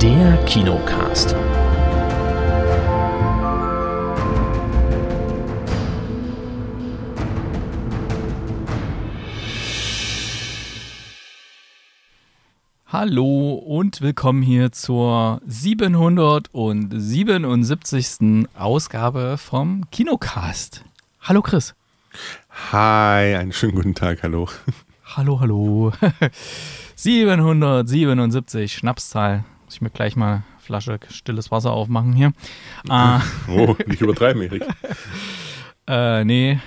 Der Kinocast. Hallo und willkommen hier zur 777. Ausgabe vom Kinocast. Hallo Chris. Hi, einen schönen guten Tag, hallo. Hallo. 777, Schnapszahl. Muss ich mir gleich mal eine Flasche stilles Wasser aufmachen hier. Oh, nicht übertreiben, Erik. Nee.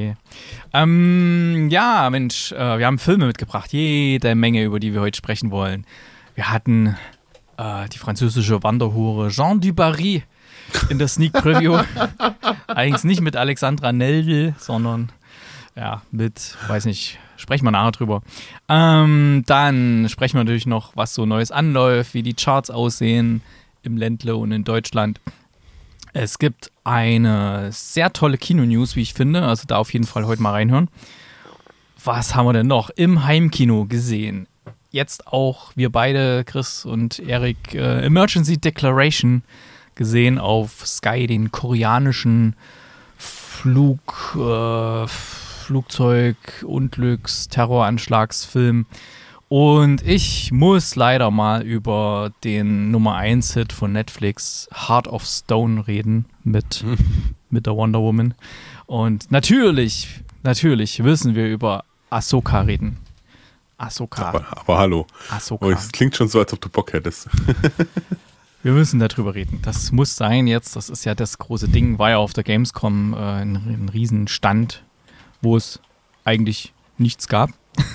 Ja, Mensch, wir haben Filme mitgebracht. Jede Menge, über die wir heute sprechen wollen. Wir hatten die französische Wanderhure Jean du Barry in der Sneak Preview. Allerdings nicht mit Alexandra Neldl, sondern ja, weiß nicht, sprechen wir nachher drüber. Dann sprechen wir natürlich noch, was so Neues anläuft, wie die Charts aussehen im Ländle und in Deutschland. Es gibt eine sehr tolle Kino-News, wie ich finde, also da auf jeden Fall heute mal reinhören. Was haben wir denn noch im Heimkino gesehen? Jetzt auch wir beide, Chris und Erik, Emergency Declaration gesehen auf Sky, den koreanischen Flugzeug-Unglücks-Terroranschlagsfilm. Und ich muss leider mal über den Nummer 1 Hit von Netflix, Heart of Stone, reden mit der Wonder Woman. Und natürlich müssen wir über Ahsoka reden. Ahsoka. Aber hallo. Ahsoka. Oh, es klingt schon so, als ob du Bock hättest. Wir müssen darüber reden. Das muss sein jetzt. Das ist ja das große Ding. War ja auf der Gamescom ein Riesenstand, wo es eigentlich nichts gab.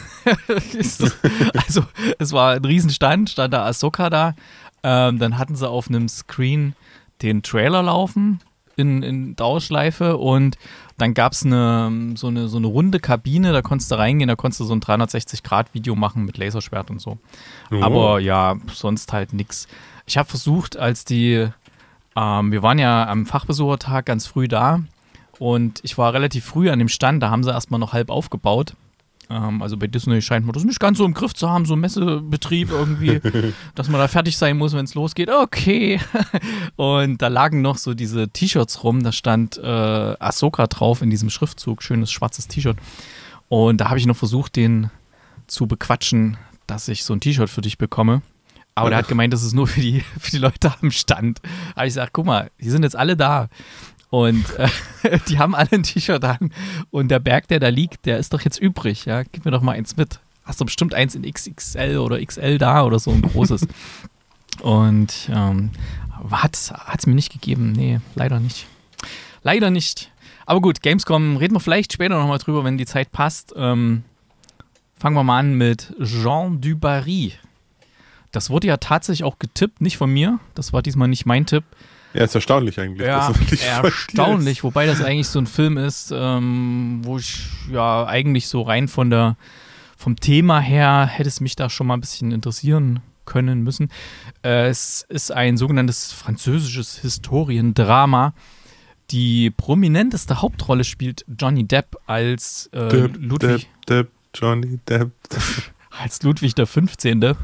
Also es war ein Riesenstand, stand da Ahsoka da. Dann hatten sie auf einem Screen den Trailer laufen in Dauerschleife und dann gab es so eine runde Kabine, da konntest du reingehen, da konntest du so ein 360-Grad-Video machen mit Laserschwert und so. Oh. Aber ja, sonst halt nix. Ich habe versucht, wir waren ja am Fachbesuchertag ganz früh da und ich war relativ früh an dem Stand, da haben sie erstmal noch halb aufgebaut. Also bei Disney scheint man das nicht ganz so im Griff zu haben, so ein Messebetrieb irgendwie, dass man da fertig sein muss, wenn es losgeht. Okay. Und da lagen noch so diese T-Shirts rum, da stand Ahsoka drauf in diesem Schriftzug, schönes schwarzes T-Shirt. Und da habe ich noch versucht, den zu bequatschen, dass ich so ein T-Shirt für dich bekomme. Aber der hat gemeint, das ist nur für die Leute am Stand. Da habe ich gesagt, guck mal, die sind jetzt alle da. Und die haben alle ein T-Shirt an. Und der Berg, der da liegt, der ist doch jetzt übrig. Ja? Gib mir doch mal eins mit. Hast du bestimmt eins in XXL oder XL da oder so ein großes. Und hat es mir nicht gegeben. Nee, leider nicht. Leider nicht. Aber gut, Gamescom, reden wir vielleicht später nochmal drüber, wenn die Zeit passt. Fangen wir mal an mit Jean du Barry. Das wurde ja tatsächlich auch getippt, nicht von mir. Das war diesmal nicht mein Tipp. Ja, ist erstaunlich eigentlich. Ja, erstaunlich, wobei das eigentlich so ein Film ist, wo ich ja eigentlich so rein vom Thema her hätte es mich da schon mal ein bisschen interessieren können müssen. Es ist ein sogenanntes französisches Historiendrama. Die prominenteste Hauptrolle spielt Johnny Depp als Ludwig. Johnny Depp. Als Ludwig der 15.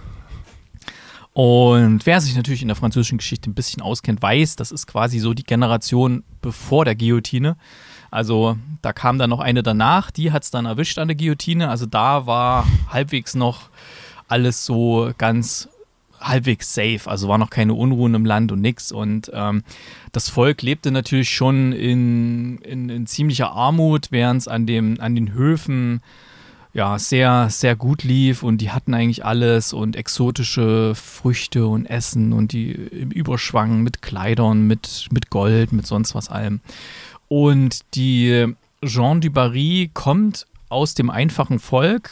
Und wer sich natürlich in der französischen Geschichte ein bisschen auskennt, weiß, das ist quasi so die Generation bevor der Guillotine. Also da kam dann noch eine danach, die hat es dann erwischt an der Guillotine. Also da war halbwegs noch alles so ganz halbwegs safe. Also war noch keine Unruhen im Land und nix. Und das Volk lebte natürlich schon in ziemlicher Armut, während es an den Höfen ja, sehr, sehr gut lief und die hatten eigentlich alles und exotische Früchte und Essen und die im Überschwang mit Kleidern, mit Gold, mit sonst was allem. Und die Jean du Barry kommt aus dem einfachen Volk,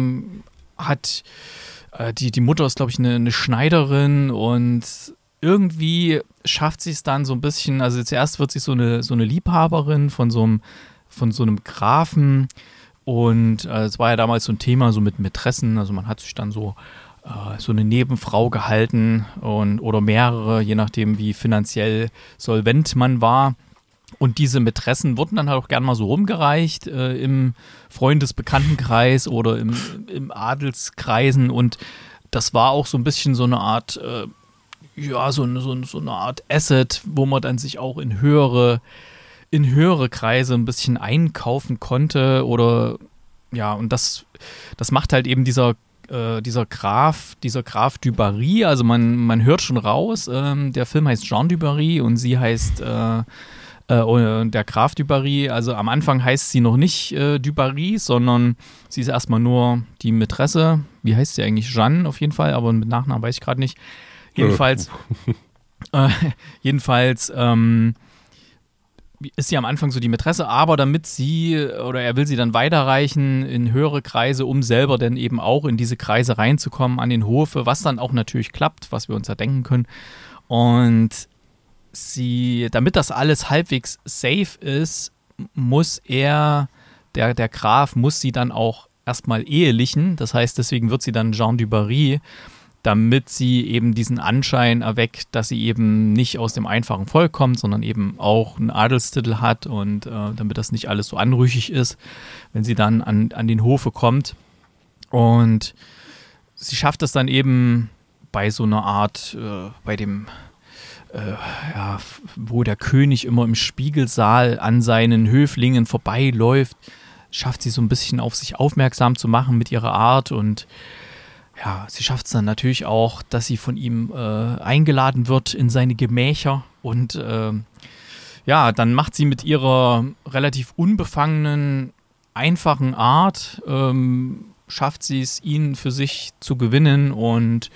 die Mutter ist, glaube ich, eine Schneiderin und irgendwie schafft sie es dann so ein bisschen, also zuerst wird sie so eine Liebhaberin von so einem Grafen. Und es war ja damals so ein Thema so mit Mätressen, also man hat sich dann so eine Nebenfrau gehalten oder mehrere, je nachdem wie finanziell solvent man war. Und diese Mätressen wurden dann halt auch gerne mal so rumgereicht im Freundesbekanntenkreis oder im Adelskreisen. Und das war auch so ein bisschen so eine Art ja, so eine Art Asset, wo man dann sich auch in höhere Kreise ein bisschen einkaufen konnte oder ja, und das macht halt eben dieser Graf du Barry, also man hört schon raus, der Film heißt Jean du Barry und sie heißt der Graf du Barry, also am Anfang heißt sie noch nicht du Barry, sondern sie ist erstmal nur die Mätresse, wie heißt sie eigentlich? Jeanne auf jeden Fall, aber mit Nachnamen weiß ich gerade nicht. Jedenfalls ist sie am Anfang so die Mätresse, aber damit er will sie dann weiterreichen in höhere Kreise, um selber dann eben auch in diese Kreise reinzukommen an den Hofe, was dann auch natürlich klappt, was wir uns ja denken können. Und damit das alles halbwegs safe ist, muss der Graf muss sie dann auch erstmal ehelichen. Das heißt, deswegen wird sie dann Jean du Barry, damit sie eben diesen Anschein erweckt, dass sie eben nicht aus dem einfachen Volk kommt, sondern eben auch einen Adelstitel hat und damit das nicht alles so anrüchig ist, wenn sie dann an den Hofe kommt. Und sie schafft es dann eben bei so einer Art, wo der König immer im Spiegelsaal an seinen Höflingen vorbeiläuft, schafft sie so ein bisschen auf sich aufmerksam zu machen mit ihrer Art und ja, sie schafft es dann natürlich auch, dass sie von ihm eingeladen wird in seine Gemächer und dann macht sie mit ihrer relativ unbefangenen, einfachen Art, schafft sie es, ihn für sich zu gewinnen und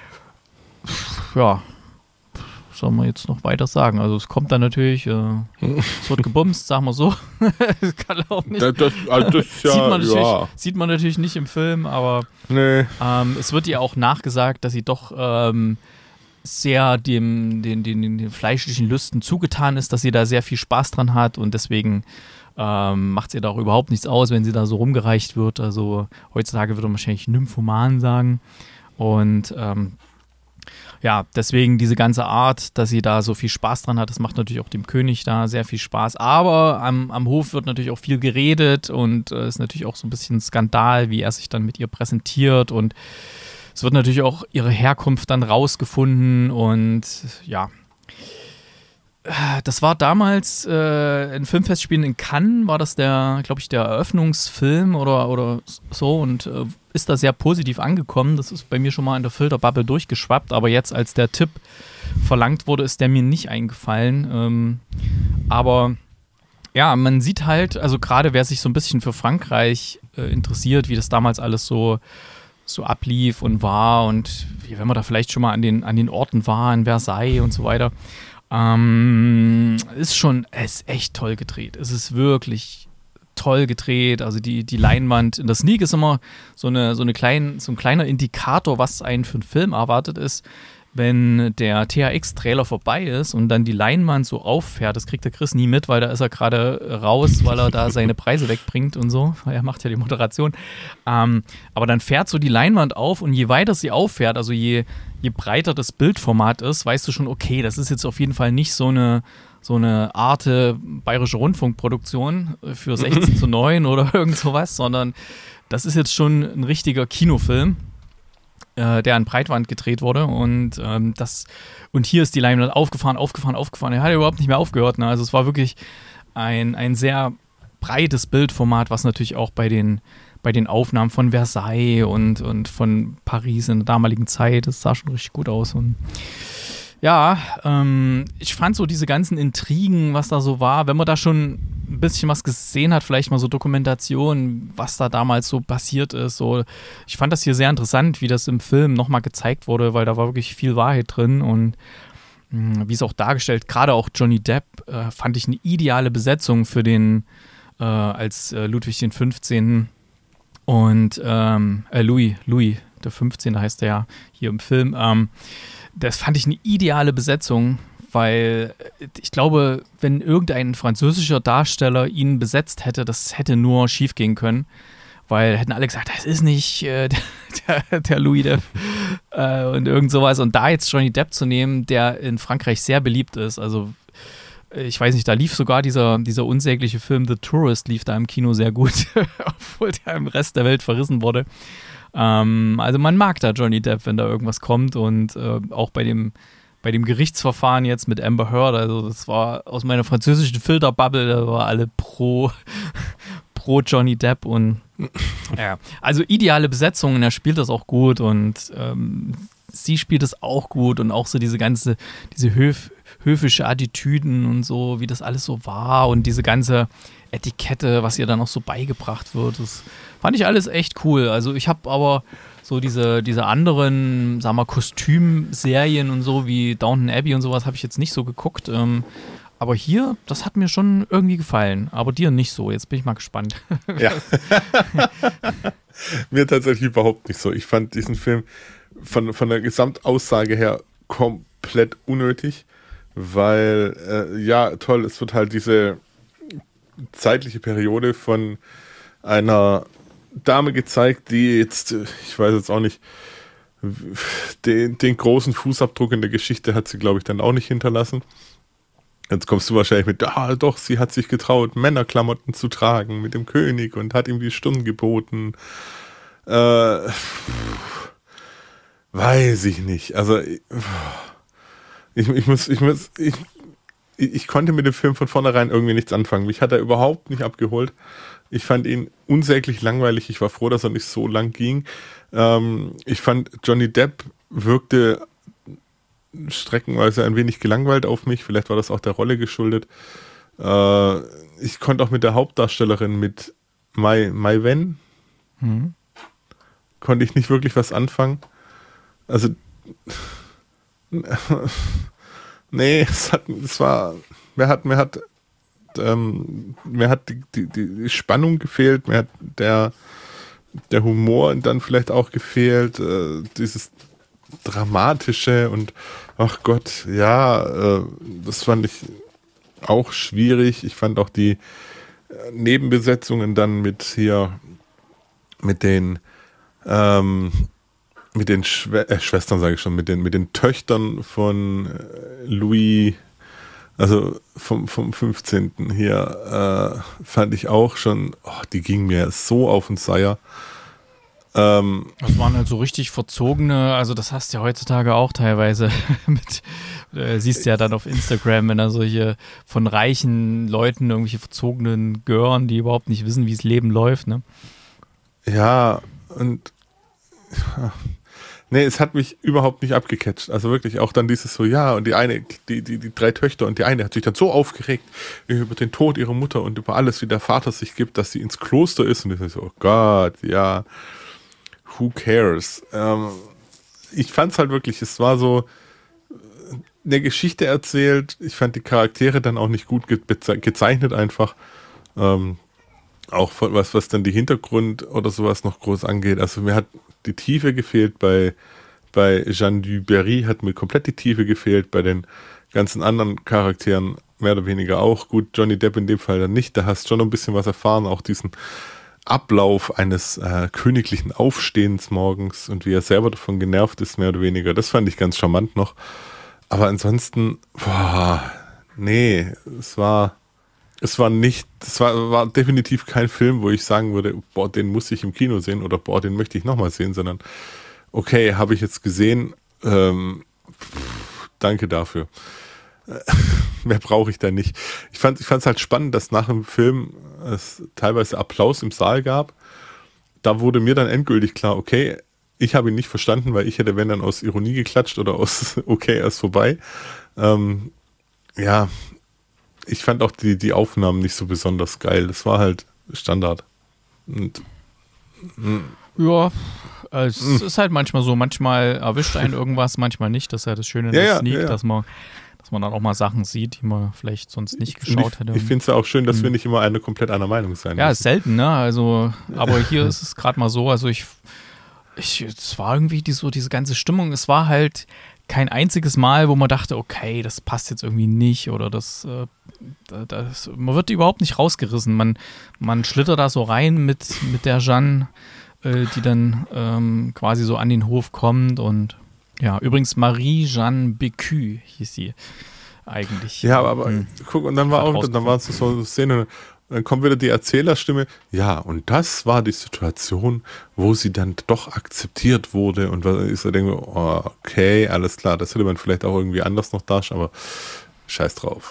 ja, was soll man jetzt noch weiter sagen? Also es kommt dann natürlich, es wird gebumst, sagen wir so. Das kann auch nicht. Sieht man natürlich nicht im Film, aber nee. Es wird ihr auch nachgesagt, dass sie doch sehr den fleischlichen Lüsten zugetan ist, dass sie da sehr viel Spaß dran hat und deswegen macht sie da auch überhaupt nichts aus, wenn sie da so rumgereicht wird. Also heutzutage würde man wahrscheinlich Nymphoman sagen und deswegen diese ganze Art, dass sie da so viel Spaß dran hat, das macht natürlich auch dem König da sehr viel Spaß. Aber am Hof wird natürlich auch viel geredet und ist natürlich auch so ein bisschen Skandal, wie er sich dann mit ihr präsentiert. Und es wird natürlich auch ihre Herkunft dann rausgefunden. Und ja, das war damals in Filmfestspielen in Cannes, war das glaube ich, der Eröffnungsfilm oder so und ist da sehr positiv angekommen. Das ist bei mir schon mal in der Filterbubble durchgeschwappt, aber jetzt, als der Tipp verlangt wurde, ist der mir nicht eingefallen. Aber ja, man sieht halt, also gerade wer sich so ein bisschen für Frankreich interessiert, wie das damals alles so ablief und war und wenn man da vielleicht schon mal an den Orten war, in Versailles und so weiter, ist echt toll gedreht. Es ist wirklich toll gedreht. Also die Leinwand in der Sneak ist immer so ein kleiner Indikator, was einen für einen Film erwartet ist. Wenn der THX-Trailer vorbei ist und dann die Leinwand so auffährt, das kriegt der Chris nie mit, weil da ist er gerade raus, weil er da seine Preise wegbringt und so. Er macht ja die Moderation. Aber dann fährt so die Leinwand auf und je weiter sie auffährt, also je breiter das Bildformat ist, weißt du schon, okay, das ist jetzt auf jeden Fall nicht so eine Arte Bayerische Rundfunkproduktion für 16:9 oder irgend sowas, sondern das ist jetzt schon ein richtiger Kinofilm, der an Breitwand gedreht wurde und hier ist die Leinwand aufgefahren. Er hat überhaupt nicht mehr aufgehört. Ne? Also es war wirklich ein sehr breites Bildformat, was natürlich auch bei den Aufnahmen von Versailles und von Paris in der damaligen Zeit, das sah schon richtig gut aus. Und ja, ich fand so diese ganzen Intrigen, was da so war, wenn man da schon ein bisschen was gesehen hat, vielleicht mal so Dokumentation, was da damals so passiert ist. So, ich fand das hier sehr interessant, wie das im Film nochmal gezeigt wurde, weil da war wirklich viel Wahrheit drin und wie es auch dargestellt, gerade auch Johnny Depp, fand ich eine ideale Besetzung für den als Ludwig den 15. Und Louis der 15. heißt der ja hier im Film. Das fand ich eine ideale Besetzung, weil ich glaube, wenn irgendein französischer Darsteller ihn besetzt hätte, das hätte nur schief gehen können, weil hätten alle gesagt, das ist nicht der Louis Depp und irgend sowas. Und da jetzt Johnny Depp zu nehmen, der in Frankreich sehr beliebt ist, also ich weiß nicht, da lief sogar dieser unsägliche Film The Tourist lief da im Kino sehr gut, obwohl der im Rest der Welt verrissen wurde. Also man mag da Johnny Depp, wenn da irgendwas kommt und auch bei dem bei dem Gerichtsverfahren jetzt mit Amber Heard, also das war aus meiner französischen Filterbubble, da war alle pro Johnny Depp und ja, also ideale Besetzung und er spielt das auch gut und sie spielt es auch gut und auch so diese höfische Attitüden und so, wie das alles so war und diese ganze Etikette, was ihr dann auch so beigebracht wird, das fand ich alles echt cool. Also ich habe aber so diese anderen, sagen wir mal, Kostümserien und so wie Downton Abbey und sowas habe ich jetzt nicht so geguckt. Aber hier, das hat mir schon irgendwie gefallen. Aber dir nicht so. Jetzt bin ich mal gespannt. Ja. Mir tatsächlich überhaupt nicht so. Ich fand diesen Film von der Gesamtaussage her komplett unnötig, weil, ja, toll, es wird halt diese zeitliche Periode von einer Dame gezeigt, die jetzt, ich weiß jetzt auch nicht, den großen Fußabdruck in der Geschichte hat sie, glaube ich, dann auch nicht hinterlassen. Jetzt kommst du wahrscheinlich mit, doch, sie hat sich getraut, Männerklamotten zu tragen mit dem König und hat ihm die Stirn geboten. Weiß ich nicht. Also, ich konnte mit dem Film von vornherein irgendwie nichts anfangen. Mich hat er überhaupt nicht abgeholt. Ich fand ihn unsäglich langweilig. Ich war froh, dass er nicht so lang ging. Ich fand, Johnny Depp wirkte streckenweise ein wenig gelangweilt auf mich. Vielleicht war das auch der Rolle geschuldet. Ich konnte auch mit der Hauptdarstellerin, mit Mai Wen, konnte ich nicht wirklich was anfangen. Also, nee, mir hat die Spannung gefehlt, mir hat der Humor dann vielleicht auch gefehlt, dieses Dramatische und ach Gott, ja, das fand ich auch schwierig. Ich fand auch die Nebenbesetzungen dann mit den Schwestern, sage ich schon, mit den Töchtern von Louis, also vom 15. hier, fand ich auch schon, die gingen mir so auf den Seier. Das waren halt so richtig verzogene, also das hast du ja heutzutage auch teilweise siehst du ja dann auf Instagram, wenn da solche von reichen Leuten irgendwelche verzogenen Gören, die überhaupt nicht wissen, wie das Leben läuft, ne? Ja, und nee, es hat mich überhaupt nicht abgecatcht. Also wirklich auch dann dieses so, ja, und die eine, die 3 Töchter und die eine hat sich dann so aufgeregt über den Tod ihrer Mutter und über alles, wie der Vater sich gibt, dass sie ins Kloster ist und ich so, oh Gott, ja, who cares? Ich fand's halt wirklich, es war so eine Geschichte erzählt. Ich fand die Charaktere dann auch nicht gut gezeichnet einfach. Auch was dann die Hintergrund oder sowas noch groß angeht. Also mir hat die Tiefe gefehlt bei Jeanne du Barry, hat mir komplett die Tiefe gefehlt, bei den ganzen anderen Charakteren mehr oder weniger auch. Gut, Johnny Depp in dem Fall dann nicht, da hast du schon ein bisschen was erfahren, auch diesen Ablauf eines königlichen Aufstehens morgens und wie er selber davon genervt ist, mehr oder weniger. Das fand ich ganz charmant noch. Aber ansonsten, nee, es war definitiv kein Film, wo ich sagen würde, boah, den muss ich im Kino sehen oder boah, den möchte ich nochmal sehen, sondern okay, habe ich jetzt gesehen, danke dafür. Mehr brauche ich da nicht. Ich fand es halt spannend, dass nach dem Film es teilweise Applaus im Saal gab. Da wurde mir dann endgültig klar, okay, ich habe ihn nicht verstanden, weil ich hätte, wenn dann aus Ironie geklatscht oder aus okay, er ist vorbei. Ja, ich fand auch die Aufnahmen nicht so besonders geil. Das war halt Standard. Und, ja, es ist halt manchmal so. Manchmal erwischt einen irgendwas, manchmal nicht. Das ist ja das Schöne in der Sneak, dass man dann auch mal Sachen sieht, die man vielleicht sonst nicht geschaut hätte. Ich finde es ja auch schön, dass wir nicht immer komplett einer Meinung sein müssen. Ja, ist selten, ne? Also, aber hier ist es gerade mal so. Also es war irgendwie diese ganze Stimmung. Es war halt kein einziges Mal, wo man dachte, okay, das passt jetzt irgendwie nicht oder man wird überhaupt nicht rausgerissen. Man schlittert da so rein mit der Jeanne, die dann quasi so an den Hof kommt und ja, übrigens Marie-Jeanne Bécu hieß sie eigentlich. Ja, aber guck, und dann war es so eine Szene, Dann kommt wieder die Erzählerstimme. Ja, und das war die Situation, wo sie dann doch akzeptiert wurde. Und was ist, da denke ich, oh, okay, alles klar, das hätte man vielleicht auch irgendwie anders noch darstellen, aber scheiß drauf.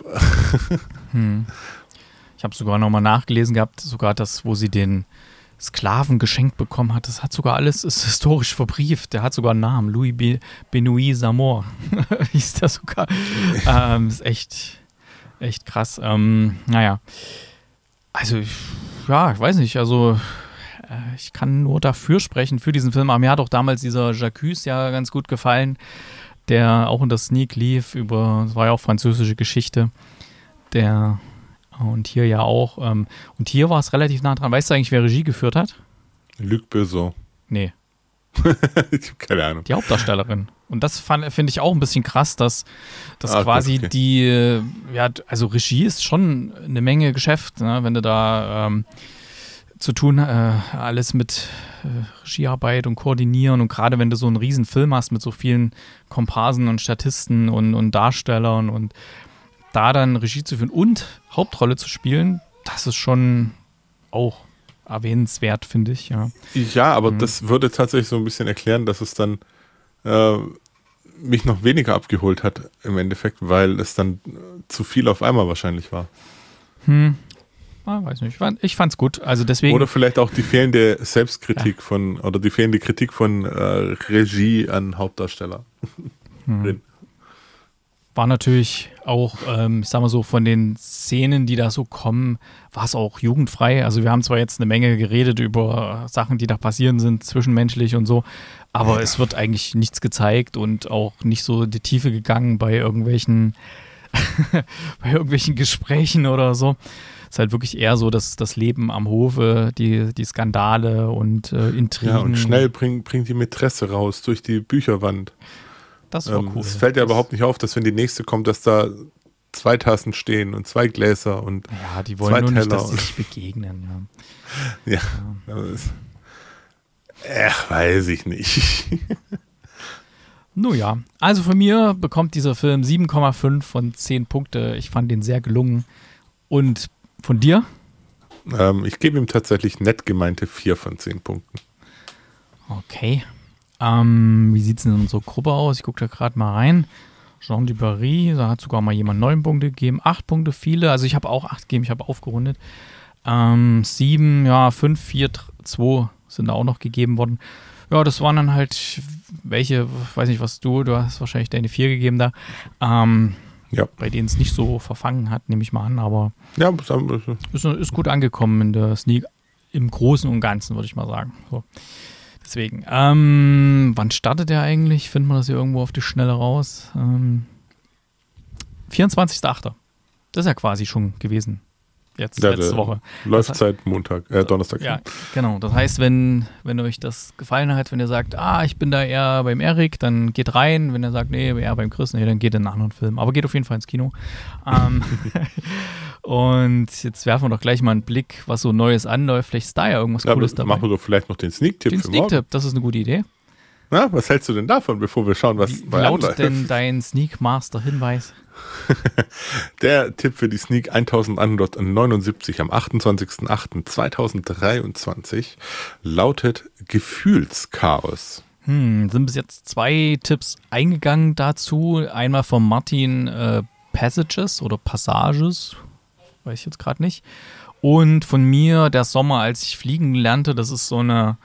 Ich habe sogar nochmal nachgelesen gehabt, sogar das, wo sie den Sklaven geschenkt bekommen hat, das hat sogar alles, ist historisch verbrieft. Der hat sogar einen Namen, Louis Benoit Zamor. Hieß der sogar. Ist echt krass. Naja. Also, ich weiß nicht, also ich kann nur dafür sprechen, für diesen Film. Aber mir hat auch damals dieser J'accuse ja ganz gut gefallen, der auch in der Sneak lief, das war ja auch französische Geschichte, und hier ja auch. Und hier war es relativ nah dran. Weißt du eigentlich, wer Regie geführt hat? Luc Besson. Nee. Ich habe keine Ahnung. Die Hauptdarstellerin. Und das finde ich auch ein bisschen krass, dass quasi okay. Die, also Regie ist schon eine Menge Geschäft, ne? Wenn du da zu tun, alles mit Regiearbeit und Koordinieren und gerade wenn du so einen riesen Film hast mit so vielen Komparsen und Statisten und Darstellern und da dann Regie zu führen und Hauptrolle zu spielen, das ist schon auch erwähnenswert, finde ich. Ja, aber das würde tatsächlich so ein bisschen erklären, dass es dann mich noch weniger abgeholt hat im Endeffekt, weil es dann zu viel auf einmal wahrscheinlich war. Weiß nicht. Ich fand's gut. Also deswegen. Oder vielleicht auch die fehlende Selbstkritik oder die fehlende Kritik von Regie an Hauptdarsteller. War natürlich auch, ich sag mal so, von den Szenen, die da so kommen, war es auch jugendfrei. Also wir haben zwar jetzt eine Menge geredet über Sachen, die da passieren sind, zwischenmenschlich und so, aber es wird eigentlich nichts gezeigt und auch nicht so in die Tiefe gegangen bei irgendwelchen Gesprächen oder so. Es ist halt wirklich eher so, dass das Leben am Hofe, die Skandale und Intrigen. Ja, und schnell bringt die Mätresse raus durch die Bücherwand. Das war cool. Es fällt ja überhaupt nicht auf, dass wenn die nächste kommt, dass da 2 Tassen stehen und 2 Gläser und die wollen nur nicht, dass sie sich begegnen. Ja. Weiß ich nicht. Nun ja, also von mir bekommt dieser Film 7,5 von 10 Punkte. Ich fand ihn sehr gelungen. Und von dir? Ich gebe ihm tatsächlich nett gemeinte 4 von 10 Punkten. Okay. Wie sieht es denn in unserer Gruppe aus? Ich gucke da gerade mal rein. Jean Dubarry, da hat sogar mal jemand 9 Punkte gegeben. 8 Punkte, viele. Also ich habe auch 8 gegeben, ich habe aufgerundet. 7, 5, 4, 2 sind da auch noch gegeben worden. Ja, das waren dann halt welche, weiß nicht, du hast wahrscheinlich deine 4 gegeben da. Bei denen es nicht so verfangen hat, nehme ich mal an, aber ist gut angekommen in der Sneak, im Großen und Ganzen, würde ich mal sagen. So. Deswegen, wann startet der eigentlich? Findet man das hier irgendwo auf die Schnelle raus? 24.8. Das ist ja quasi schon gewesen. Jetzt, letzte Woche. Läuft seit Donnerstag. Ja, genau. Das heißt, wenn euch das gefallen hat, wenn ihr sagt, ich bin da eher beim Erik, dann geht rein. Wenn ihr sagt, nee, eher beim Chris, dann geht in einen anderen Film. Aber geht auf jeden Fall ins Kino. Und jetzt werfen wir doch gleich mal einen Blick, was so Neues anläuft. Vielleicht ist da ja irgendwas Cooles dabei. Machen wir doch vielleicht noch den Sneak-Tipp für morgen. Den Sneak-Tipp, das ist eine gute Idee. Na, was hältst du denn davon, bevor wir schauen, was Wie lautet denn dein Sneak-Master-Hinweis? Der Tipp für die Sneak 1179 am 28.08.2023 lautet Gefühlschaos. Sind bis jetzt 2 Tipps eingegangen dazu. Einmal von Martin Passages oder Passages, weiß ich jetzt gerade nicht. Und von mir der Sommer, als ich fliegen lernte. Das ist so eine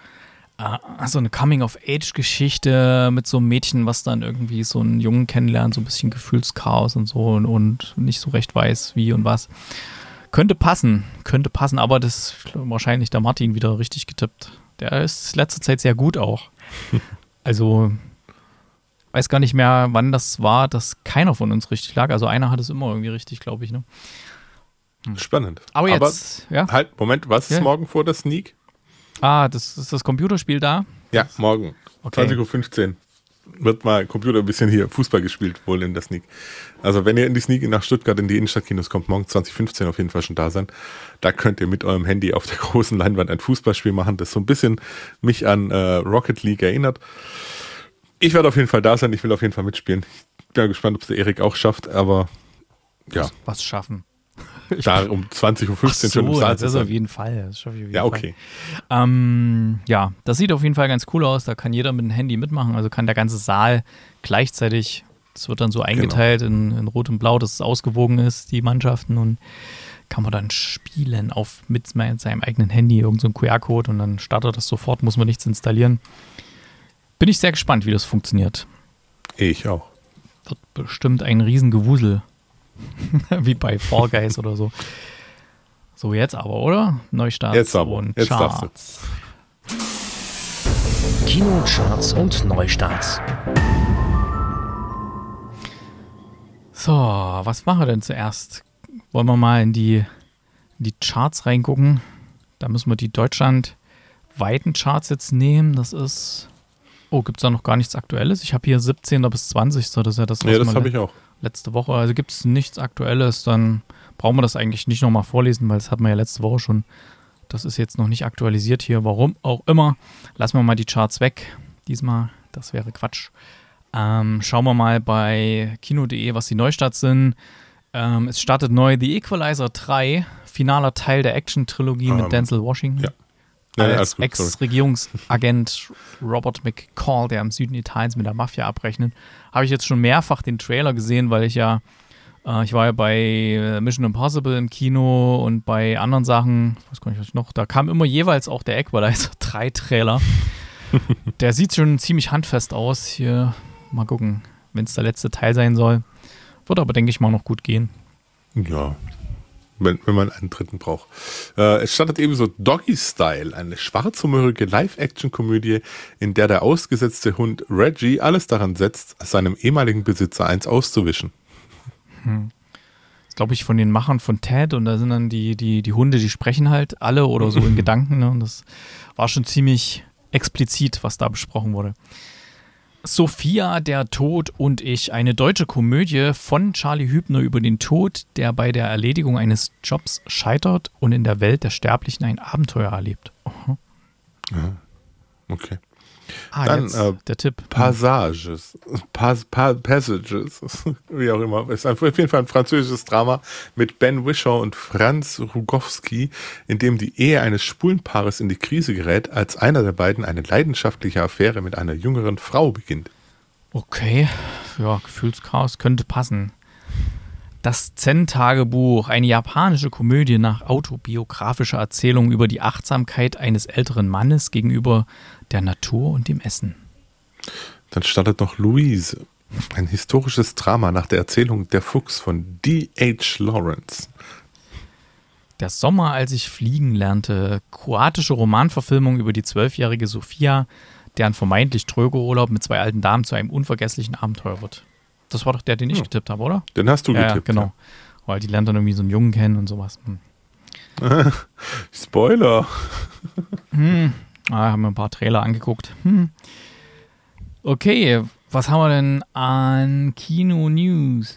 Coming-of-Age-Geschichte mit so einem Mädchen, was dann irgendwie so einen Jungen kennenlernt, so ein bisschen Gefühlschaos und so und nicht so recht weiß, wie und was. Könnte passen, aber das ist wahrscheinlich der Martin wieder richtig getippt. Der ist letzte Zeit sehr gut auch. Also, weiß gar nicht mehr, wann das war, dass keiner von uns richtig lag. Also einer hat es immer irgendwie richtig, glaube ich. Ne? Spannend. Aber jetzt, Halt, Moment, was ist morgen vor der Sneak? Das ist das Computerspiel da? Ja, morgen. Okay. 20.15 Uhr wird mal Computer ein bisschen hier Fußball gespielt, wohl in der Sneak. Also wenn ihr in die Sneak nach Stuttgart in die Innenstadtkinos kommt, morgen 20.15 Uhr auf jeden Fall schon da sein. Da könnt ihr mit eurem Handy auf der großen Leinwand ein Fußballspiel machen, das so ein bisschen mich an Rocket League erinnert. Ich werde auf jeden Fall da sein, ich will auf jeden Fall mitspielen. Ich bin gespannt, ob es der Erik auch schafft, aber ja. Was schaffen? da um 20.15 Uhr schon im Saal das ist auf jeden Fall. Das schaffe ich auf jeden Ja, okay. Fall. Ja, das sieht auf jeden Fall ganz cool aus. Da kann jeder mit dem Handy mitmachen. Also kann der ganze Saal gleichzeitig, das wird dann so eingeteilt in Rot und Blau, dass es ausgewogen ist, die Mannschaften. Und kann man dann spielen mit seinem eigenen Handy, irgend so ein QR-Code und dann startet das sofort, muss man nichts installieren. Bin ich sehr gespannt, wie das funktioniert. Ich auch. Wird bestimmt ein Riesengewusel. Wie bei Fall Guys oder so. So, jetzt aber, oder? Neustarts jetzt aber. und Jetzt Charts. Kinocharts und Neustarts. So, was machen wir denn zuerst? Wollen wir mal in die Charts reingucken? Da müssen wir die deutschlandweiten Charts jetzt nehmen. Das ist... Oh, gibt es da noch gar nichts Aktuelles? Ich habe hier 17. bis 20. Das ist ja das, was das habe ich auch. Letzte Woche. Also gibt es nichts Aktuelles, dann brauchen wir das eigentlich nicht nochmal vorlesen, weil das hatten wir ja letzte Woche schon. Das ist jetzt noch nicht aktualisiert hier. Warum auch immer. Lassen wir mal die Charts weg. Diesmal, das wäre Quatsch. Schauen wir mal bei Kino.de, was die Neustarts sind. Es startet neu The Equalizer 3, finaler Teil der Action-Trilogie mit Denzel Washington. Ja. Als Ex-Regierungsagent Robert McCall, der im Süden Italiens mit der Mafia abrechnet. Habe ich jetzt schon mehrfach den Trailer gesehen, weil ich war ja bei Mission Impossible im Kino und bei anderen Sachen, ich weiß gar nicht, was noch, da kam immer jeweils auch der Equalizer 3 Trailer. Der sieht schon ziemlich handfest aus. Hier, mal gucken, wenn es der letzte Teil sein soll. Wird aber, denke ich mal, noch gut gehen. Ja, wenn man einen dritten braucht. Es startet ebenso Doggy Style, eine schwarzhumorige Live-Action-Komödie, in der der ausgesetzte Hund Reggie alles daran setzt, seinem ehemaligen Besitzer eins auszuwischen. Das glaube ich von den Machern von Ted und da sind dann die Hunde, die sprechen halt alle oder so in Gedanken. Ne? Und das war schon ziemlich explizit, was da besprochen wurde. Sophia, der Tod und ich, eine deutsche Komödie von Charlie Hübner über den Tod, der bei der Erledigung eines Jobs scheitert und in der Welt der Sterblichen ein Abenteuer erlebt. Ja, okay. Dann jetzt der Tipp. Passages, wie auch immer. Es ist auf jeden Fall ein französisches Drama mit Ben Whishaw und Franz Rogowski, in dem die Ehe eines schwulen Paares in die Krise gerät, als einer der beiden eine leidenschaftliche Affäre mit einer jüngeren Frau beginnt. Okay, ja, Gefühlschaos könnte passen. Das Zen-Tagebuch, eine japanische Komödie nach autobiografischer Erzählung über die Achtsamkeit eines älteren Mannes gegenüber der Natur und dem Essen. Dann startet noch Louise, ein historisches Drama nach der Erzählung Der Fuchs von D.H. Lawrence. Der Sommer, als ich fliegen lernte, kroatische Romanverfilmung über die 12-jährige Sophia, deren vermeintlich tröger Urlaub mit zwei alten Damen zu einem unvergesslichen Abenteuer wird. Das war doch der, den ich getippt habe, oder? Den hast du getippt. Ja, genau. Ja. Weil die lernt dann irgendwie so einen Jungen kennen und sowas. Spoiler. Haben wir ein paar Trailer angeguckt. Okay, was haben wir denn an Kino-News?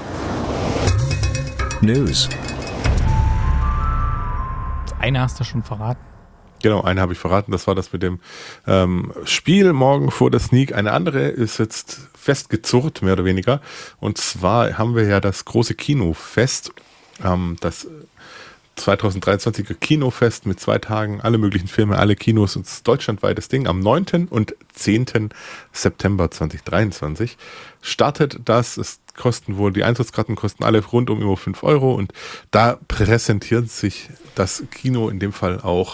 Eine hast du schon verraten. Genau, eine habe ich verraten. Das war das mit dem Spiel morgen vor der Sneak. Eine andere ist jetzt festgezurrt, mehr oder weniger. Und zwar haben wir ja das große Kinofest, das 2023er Kinofest mit 2 Tagen, alle möglichen Filme, alle Kinos, und deutschlandweites Ding. Am 9. und 10. September 2023 startet das. Die Eintrittskarten kosten alle rund um über 5 Euro und da präsentiert sich das Kino, in dem Fall auch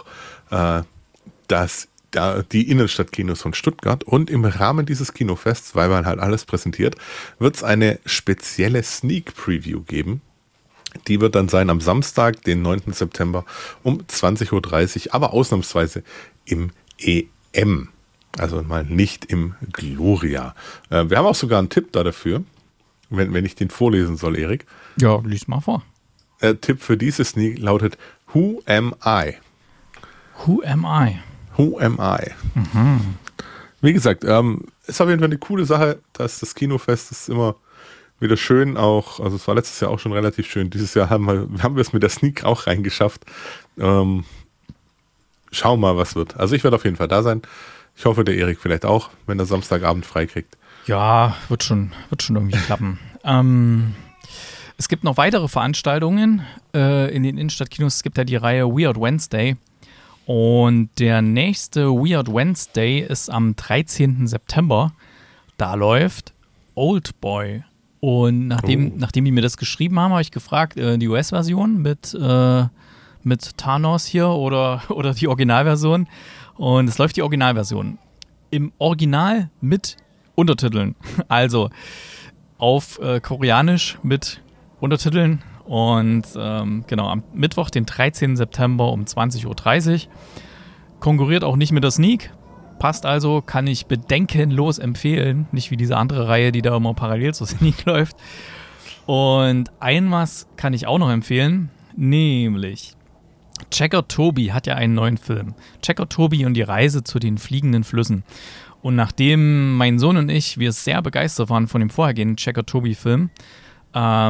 die Innenstadtkinos von Stuttgart, und im Rahmen dieses Kinofests, weil man halt alles präsentiert, wird es eine spezielle Sneak Preview geben. Die wird dann sein am Samstag, den 9. September um 20.30 Uhr, aber ausnahmsweise im EM. Also mal nicht im Gloria. Wir haben auch sogar einen Tipp dafür, wenn ich den vorlesen soll, Erik. Ja, lies mal vor. Tipp für diese Sneak lautet Who Am I? Who Am I? Who Am I? Wie gesagt, ist auf jeden Fall eine coole Sache, dass das Kinofest ist immer wieder schön auch, also es war letztes Jahr auch schon relativ schön. Dieses Jahr haben wir es mit der Sneak auch reingeschafft. Schauen wir mal, was wird. Also ich werde auf jeden Fall da sein. Ich hoffe, der Erik vielleicht auch, wenn er Samstagabend frei kriegt. Ja, wird schon irgendwie klappen. Es gibt noch weitere Veranstaltungen in den Innenstadtkinos. Es gibt ja die Reihe Weird Wednesday. Und der nächste Weird Wednesday ist am 13. September. Da läuft Oldboy. Und nachdem die mir das geschrieben haben, habe ich gefragt, die US-Version mit Thanos hier oder die Originalversion. Und es läuft die Originalversion. Im Original mit Untertiteln. Also auf Koreanisch mit Untertiteln. Und genau, am Mittwoch, den 13. September um 20.30 Uhr. Konkurriert auch nicht mit der Sneak. Passt also, kann ich bedenkenlos empfehlen. Nicht wie diese andere Reihe, die da immer parallel zur Sneak läuft. Und ein was kann ich auch noch empfehlen, nämlich Checker Tobi hat ja einen neuen Film. Checker Tobi und die Reise zu den fliegenden Flüssen. Und nachdem mein Sohn und wir sehr begeistert waren von dem vorhergehenden Checker Tobi-Film, hat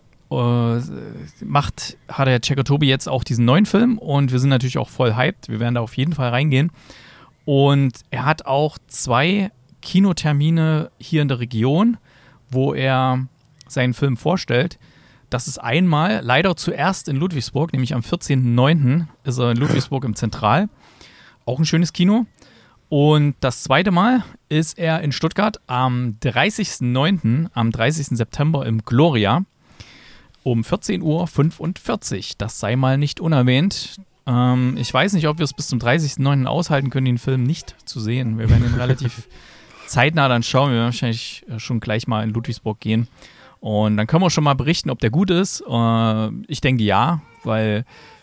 der Checker Tobi jetzt auch diesen neuen Film und wir sind natürlich auch voll hyped. Wir werden da auf jeden Fall reingehen. Und er hat auch 2 Kinotermine hier in der Region, wo er seinen Film vorstellt. Das ist einmal leider zuerst in Ludwigsburg, nämlich am 14.09. ist er in Ludwigsburg im Zentral. Auch ein schönes Kino. Und das zweite Mal ist er in Stuttgart am 30.09., am 30. September im Gloria um 14.45 Uhr. Das sei mal nicht unerwähnt. Ich weiß nicht, ob wir es bis zum 30.09. aushalten können, den Film nicht zu sehen. Wir werden ihn relativ zeitnah dann schauen. Wir werden wahrscheinlich schon gleich mal in Ludwigsburg gehen. Und dann können wir schon mal berichten, ob der gut ist. Ich denke ja, weil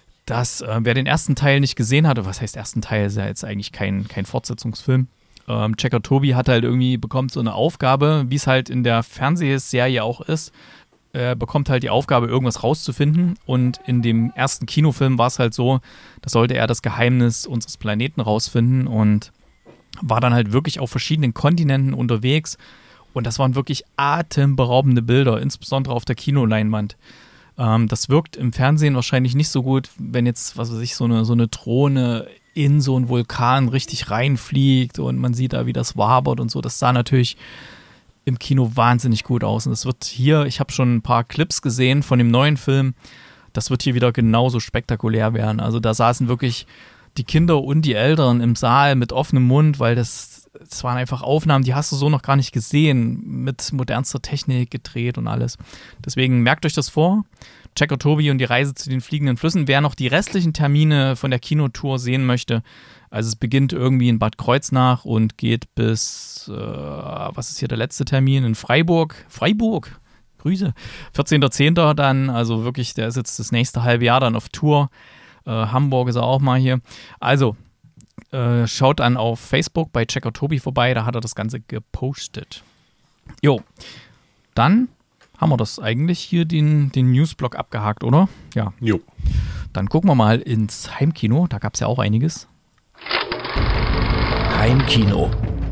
wer den ersten Teil nicht gesehen hatte, was heißt ersten Teil, ist ja jetzt eigentlich kein Fortsetzungsfilm. Checker Tobi hat halt irgendwie, bekommt so eine Aufgabe, wie es halt in der Fernsehserie auch ist. Er bekommt halt die Aufgabe, irgendwas rauszufinden. Und in dem ersten Kinofilm war es halt so, da sollte er das Geheimnis unseres Planeten rausfinden und war dann halt wirklich auf verschiedenen Kontinenten unterwegs. Und das waren wirklich atemberaubende Bilder, insbesondere auf der Kinoleinwand. Das wirkt im Fernsehen wahrscheinlich nicht so gut, wenn jetzt, was weiß ich, so eine Drohne in so einen Vulkan richtig reinfliegt und man sieht da, wie das wabert und so. Das sah natürlich im Kino wahnsinnig gut aus. Und es wird hier, ich habe schon ein paar Clips gesehen von dem neuen Film, das wird hier wieder genauso spektakulär werden. Also da saßen wirklich die Kinder und die Eltern im Saal mit offenem Mund, weil das waren einfach Aufnahmen, die hast du so noch gar nicht gesehen, mit modernster Technik gedreht und alles. Deswegen merkt euch das vor. Checker Tobi und die Reise zu den fliegenden Flüssen. Wer noch die restlichen Termine von der Kinotour sehen möchte, also es beginnt irgendwie in Bad Kreuznach und geht bis, was ist hier der letzte Termin? In Freiburg, Grüße, 14.10. dann, also wirklich, der ist jetzt das nächste halbe Jahr dann auf Tour. Hamburg ist er auch mal hier. Also, schaut dann auf Facebook bei Checker Tobi vorbei, da hat er das Ganze gepostet. Jo, dann haben wir das eigentlich hier den Newsblock abgehakt, oder? Ja. Jo. Dann gucken wir mal ins Heimkino, da gab es ja auch einiges. Heimkino.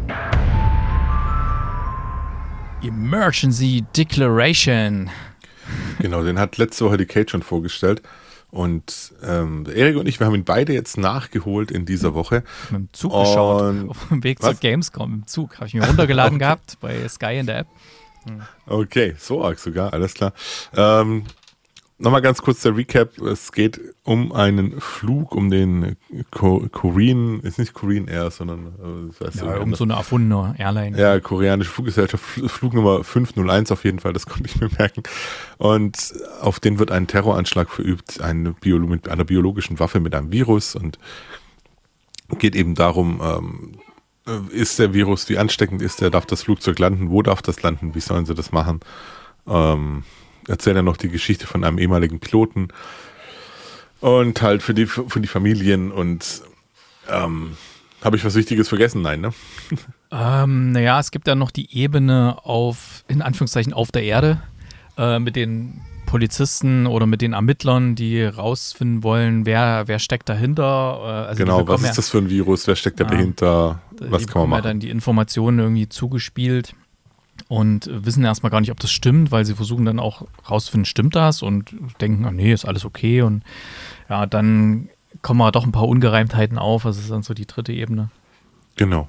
Emergency Declaration. Genau, den hat letzte Woche die Kate schon vorgestellt. Und Erik und ich, wir haben ihn beide jetzt nachgeholt in dieser Woche. Mit dem Zug geschaut, auf dem Weg zur Gamescom. Im Zug habe ich mir runtergeladen gehabt bei Sky in der App. Okay, so arg sogar, alles klar. Nochmal ganz kurz der Recap. Es geht um einen Flug, um den Korean, ist nicht Korean Air, sondern um so eine erfundene Airline. Ja, koreanische Fluggesellschaft, Flugnummer 501 auf jeden Fall, das konnte ich mir merken. Und auf den wird ein Terroranschlag verübt, mit einer biologischen Waffe, mit einem Virus, und geht eben darum, ist der Virus, wie ansteckend ist der, darf das Flugzeug landen, wo darf das landen, wie sollen sie das machen? Erzählt er noch die Geschichte von einem ehemaligen Piloten und halt für die Familien. Und habe ich was Wichtiges vergessen? Nein, ne? Naja, es gibt ja noch die Ebene in Anführungszeichen auf der Erde mit den Polizisten oder mit den Ermittlern, die rausfinden wollen, wer steckt dahinter. Also genau, was ist das für ein Virus, wer steckt da dahinter, was kann man machen? Dann die Informationen irgendwie zugespielt und wissen erstmal gar nicht, ob das stimmt, weil sie versuchen dann auch rauszufinden, stimmt das, und denken, nee, ist alles okay, und ja, dann kommen aber doch ein paar Ungereimtheiten auf, das ist dann so die dritte Ebene. Genau.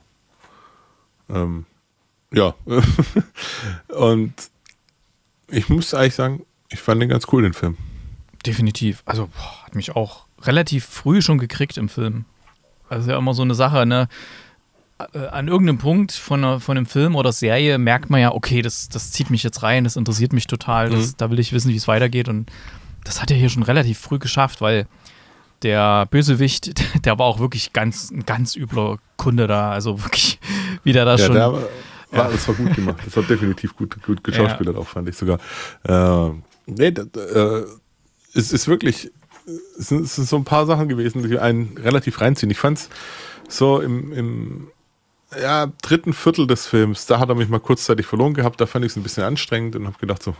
Ja. Und ich muss eigentlich sagen, Ich fand den ganz cool, den Film. Definitiv. Also hat mich auch relativ früh schon gekriegt im Film. Also ja immer so eine Sache, ne? An irgendeinem Punkt von einem Film oder Serie merkt man ja, okay, das zieht mich jetzt rein, das interessiert mich total, da will ich wissen, wie es weitergeht. Und das hat er hier schon relativ früh geschafft, weil der Bösewicht, der war auch wirklich ein ganz übler Kunde da. Also wirklich, wie der da schon... Das war gut gemacht. Das war definitiv gut geschauspielert auch, fand ich sogar. Es ist wirklich, es sind so ein paar Sachen gewesen, die einen relativ reinziehen. Ich fand es so im dritten Viertel des Films, da hat er mich mal kurzzeitig verloren gehabt, da fand ich es ein bisschen anstrengend und habe gedacht so,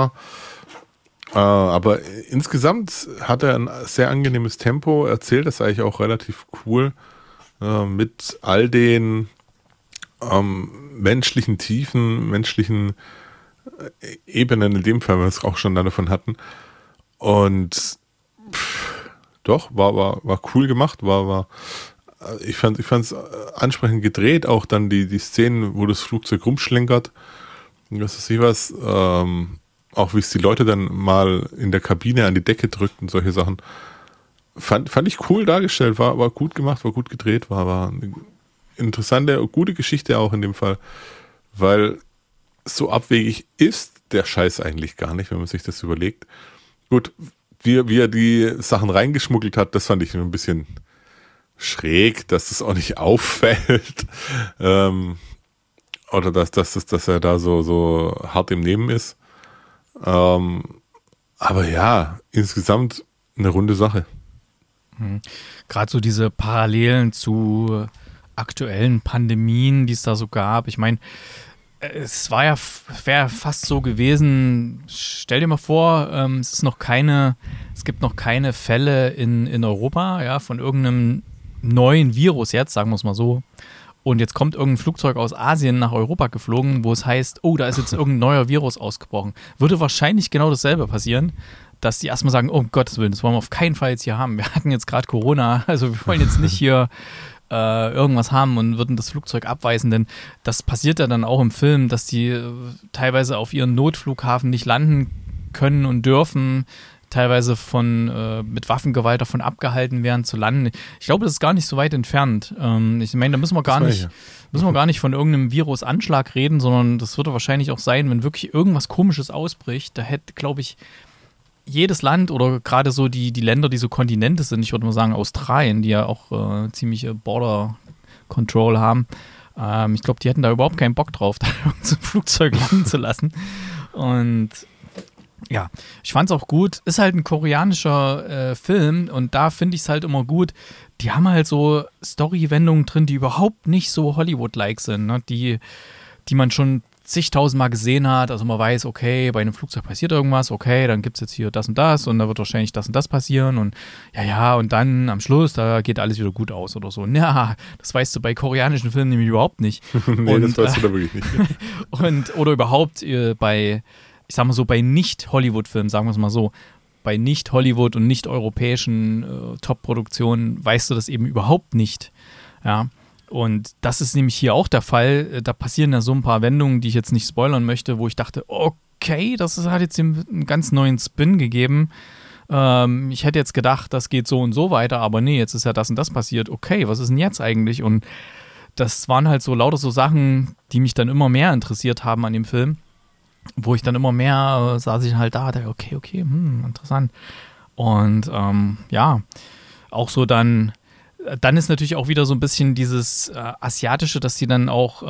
aber insgesamt hat er ein sehr angenehmes Tempo, erzählt das eigentlich auch relativ cool, mit all den menschlichen Tiefen, menschlichen Ebenen, in dem Fall, weil wir es auch schon davon hatten. Und doch, war cool gemacht, ich fand es ansprechend gedreht, auch dann die Szenen, wo das Flugzeug rumschlenkert. Das ist was, auch wie es die Leute dann mal in der Kabine an die Decke drückt und solche Sachen. Fand ich cool dargestellt, war gut gemacht, war gut gedreht, war eine interessante, gute Geschichte auch in dem Fall, weil so abwegig ist der Scheiß eigentlich gar nicht, wenn man sich das überlegt. Gut, wie er die Sachen reingeschmuggelt hat, das fand ich ein bisschen schräg, dass das auch nicht auffällt. Oder dass er da so hart im Nehmen ist. Aber ja, insgesamt eine runde Sache. Gerade so diese Parallelen zu aktuellen Pandemien, die es da so gab. Ich meine, es wäre fast so gewesen, stell dir mal vor, es gibt noch keine Fälle in Europa, ja, von irgendeinem neuen Virus jetzt, sagen wir es mal so. Und jetzt kommt irgendein Flugzeug aus Asien nach Europa geflogen, wo es heißt, oh, da ist jetzt irgendein neuer Virus ausgebrochen. Würde wahrscheinlich genau dasselbe passieren, dass die erstmal sagen, oh, um Gottes Willen, das wollen wir auf keinen Fall jetzt hier haben. Wir hatten jetzt gerade Corona, also wir wollen jetzt nicht hier irgendwas haben und würden das Flugzeug abweisen, denn das passiert ja dann auch im Film, dass die teilweise auf ihren Notflughafen nicht landen können und dürfen, teilweise mit Waffengewalt davon abgehalten werden zu landen. Ich glaube, das ist gar nicht so weit entfernt. Ich meine, da müssen wir gar nicht von irgendeinem Virusanschlag reden, sondern das würde wahrscheinlich auch sein, wenn wirklich irgendwas Komisches ausbricht, da hätte, glaube ich, jedes Land oder gerade so die Länder, die so Kontinente sind, ich würde mal sagen Australien, die ja auch ziemliche Border Control haben, ich glaube, die hätten da überhaupt keinen Bock drauf, da so ein Flugzeug landen zu lassen. Und ja, ich fand es auch gut. Ist halt ein koreanischer Film und da finde ich es halt immer gut. Die haben halt so Story-Wendungen drin, die überhaupt nicht so Hollywood-like sind, ne? Die man schon zigtausendmal gesehen hat. Also man weiß, okay, bei einem Flugzeug passiert irgendwas, okay, dann gibt es jetzt hier das und da wird wahrscheinlich das und das passieren und ja, und dann am Schluss, da geht alles wieder gut aus oder so. Ja, das weißt du bei koreanischen Filmen nämlich überhaupt nicht. Nee, das weißt du da wirklich nicht. Oder überhaupt bei Nicht-Hollywood-Filmen, sagen wir es mal so, bei Nicht-Hollywood und nicht-europäischen Top-Produktionen weißt du das eben überhaupt nicht. Ja, und das ist nämlich hier auch der Fall. Da passieren ja so ein paar Wendungen, die ich jetzt nicht spoilern möchte, wo ich dachte, okay, hat jetzt einen ganz neuen Spin gegeben. Ich hätte jetzt gedacht, das geht so und so weiter, aber nee, jetzt ist ja das und das passiert. Okay, was ist denn jetzt eigentlich? Und das waren halt so lauter so Sachen, die mich dann immer mehr interessiert haben an dem Film, wo ich dann immer mehr saß ich halt da, okay, interessant. Und ja, auch so dann ist natürlich auch wieder so ein bisschen dieses Asiatische, dass sie dann auch,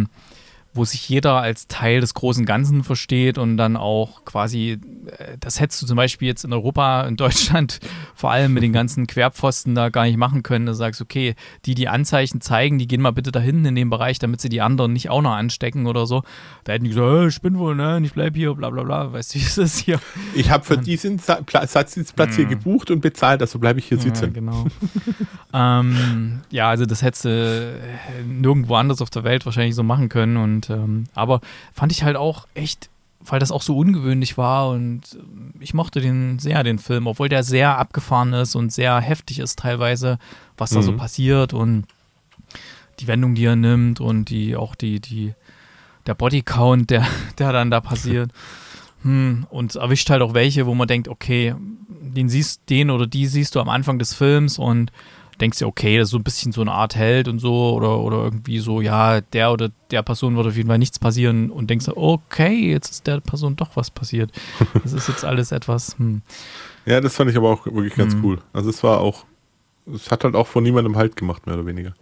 wo sich jeder als Teil des großen Ganzen versteht und dann auch quasi, das hättest du zum Beispiel jetzt in Europa, in Deutschland, vor allem mit den ganzen Querpfosten da gar nicht machen können. Da sagst du, okay, die Anzeichen zeigen, die gehen mal bitte da hinten in den Bereich, damit sie die anderen nicht auch noch anstecken oder so. Da hätten die gesagt, ich bin wohl, ne, ich bleib hier, bla bla bla, weißt du, wie ist das hier? Ich habe für diesen Sitzplatz hier gebucht und bezahlt, also bleibe ich hier sitzen. Ja, genau. Ja, also das hättest du nirgendwo anders auf der Welt wahrscheinlich so machen können und aber fand ich halt auch echt, weil das auch so ungewöhnlich war und ich mochte den Film, obwohl der sehr abgefahren ist und sehr heftig ist teilweise, was da so passiert und die Wendung, die er nimmt und der Bodycount, der dann da passiert. Und erwischt halt auch welche, wo man denkt, okay, den oder die siehst du am Anfang des Films und denkst dir, okay, das ist so ein bisschen so eine Art Held und so oder irgendwie so, ja, der oder der Person wird auf jeden Fall nichts passieren und denkst du, okay, jetzt ist der Person doch was passiert. Das ist jetzt alles etwas, Ja, das fand ich aber auch wirklich ganz cool. Also es hat halt auch von niemandem Halt gemacht, mehr oder weniger.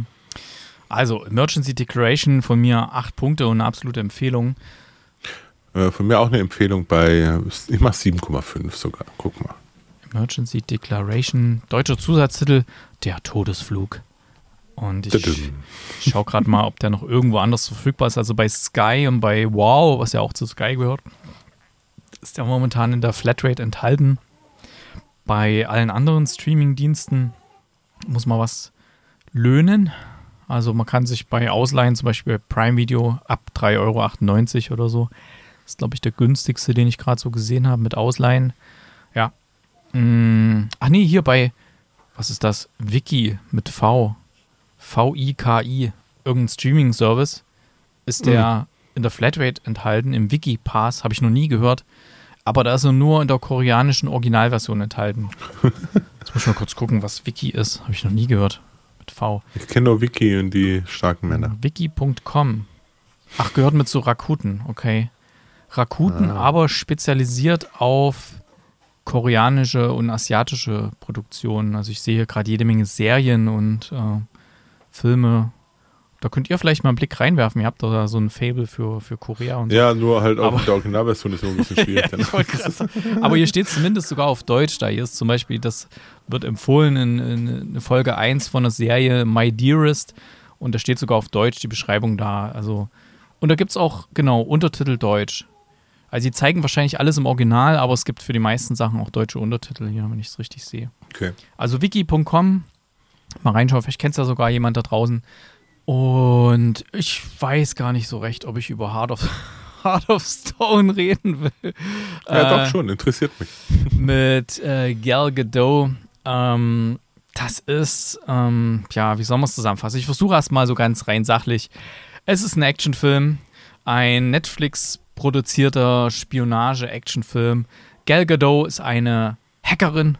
Also, Emergency Declaration von mir 8 Punkte und eine absolute Empfehlung. Von mir auch eine Empfehlung ich mach 7,5 sogar, guck mal. Emergency Declaration, deutscher Zusatztitel, Der Todesflug. Und ich schaue gerade mal, ob der noch irgendwo anders verfügbar ist. Also bei Sky und bei Wow, was ja auch zu Sky gehört, ist der momentan in der Flatrate enthalten. Bei allen anderen Streaming-Diensten muss man was löhnen. Also man kann sich bei Ausleihen, zum Beispiel Prime Video, ab 3,98 € oder so. Das ist, glaube ich, der günstigste, den ich gerade so gesehen habe mit Ausleihen. Ja. Ach nee, hier bei, was ist das? Wiki mit V. V-I-K-I. Irgendein Streaming-Service. Ist der in der Flatrate enthalten, im Wiki-Pass. Habe ich noch nie gehört. Aber da ist er nur in der koreanischen Originalversion enthalten. Jetzt muss ich mal kurz gucken, was Wiki ist. Habe ich noch nie gehört. Mit V. Ich kenne nur Wiki und die starken Männer. Wiki.com. Ach, gehört mit so Rakuten, okay. Rakuten, aber spezialisiert auf koreanische und asiatische Produktionen. Also ich sehe hier gerade jede Menge Serien und Filme. Da könnt ihr vielleicht mal einen Blick reinwerfen. Ihr habt doch da so ein Faible für Korea und so. Ja, nur halt auch mit der Originalversion ist so ein bisschen schwierig. Ja, ich wollte gerade sagen. Aber hier steht zumindest sogar auf Deutsch da. Hier ist zum Beispiel, das wird empfohlen in Folge 1 von der Serie My Dearest und da steht sogar auf Deutsch die Beschreibung da. Also, und da gibt es auch, genau, Untertitel Deutsch. Also sie zeigen wahrscheinlich alles im Original, aber es gibt für die meisten Sachen auch deutsche Untertitel hier, wenn ich es richtig sehe. Okay. Also wiki.com, mal reinschauen, vielleicht kennt es ja sogar jemand da draußen. Und ich weiß gar nicht so recht, ob ich über Heart of Stone reden will. Ja, doch schon, interessiert mich. Mit Gal Gadot. Das ist, wie soll man es zusammenfassen? Ich versuche erstmal so ganz rein sachlich. Es ist ein Actionfilm, ein Netflix-produzierter Spionage-Actionfilm. Gal Gadot ist eine Hackerin,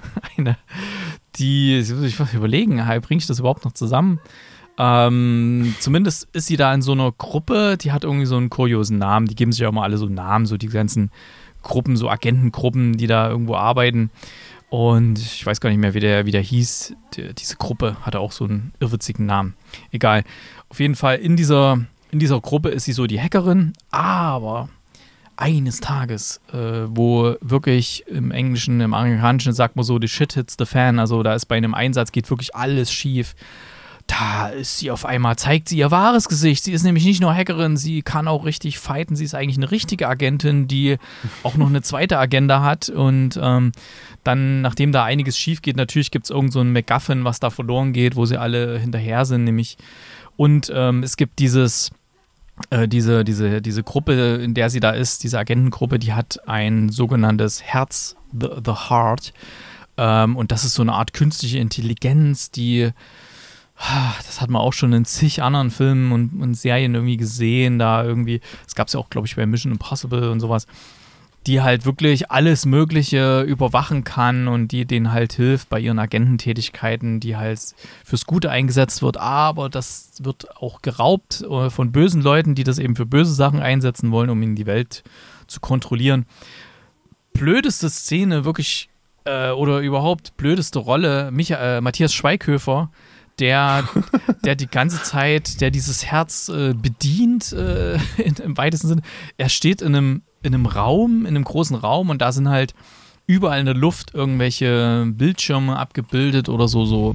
ich muss überlegen, bringe ich das überhaupt noch zusammen? Zumindest ist sie da in so einer Gruppe, die hat irgendwie so einen kuriosen Namen. Die geben sich ja immer alle so Namen, so die ganzen Gruppen, so Agentengruppen, die da irgendwo arbeiten. Und ich weiß gar nicht mehr, wie der hieß. Diese Gruppe hatte auch so einen irrwitzigen Namen. Egal. Auf jeden Fall in dieser Gruppe ist sie so die Hackerin. Aber eines Tages, wo wirklich im Englischen, im Amerikanischen sagt man so, the shit hits the fan. Also da ist bei einem Einsatz, geht wirklich alles schief. Da ist sie auf einmal, zeigt sie ihr wahres Gesicht. Sie ist nämlich nicht nur Hackerin, sie kann auch richtig fighten. Sie ist eigentlich eine richtige Agentin, die auch noch eine zweite Agenda hat. Und dann, nachdem da einiges schief geht, natürlich gibt es irgend so ein MacGuffin, was da verloren geht, wo sie alle hinterher sind, nämlich. Und es gibt diese Gruppe, in der sie da ist, diese Agentengruppe, die hat ein sogenanntes Herz, the Heart. Und das ist so eine Art künstliche Intelligenz, die das hat man auch schon in zig anderen Filmen und Serien irgendwie gesehen, da irgendwie, das gab es ja auch, glaube ich, bei Mission Impossible und sowas, die halt wirklich alles Mögliche überwachen kann und die denen halt hilft bei ihren Agententätigkeiten, die halt fürs Gute eingesetzt wird, aber das wird auch geraubt von bösen Leuten, die das eben für böse Sachen einsetzen wollen, um in die Welt zu kontrollieren. Blödeste Szene, wirklich, oder überhaupt blödeste Rolle, Matthias Schweighöfer, der die ganze Zeit, der dieses Herz bedient, im weitesten Sinne. Er steht in einem Raum, in einem großen Raum und da sind halt überall in der Luft irgendwelche Bildschirme abgebildet oder so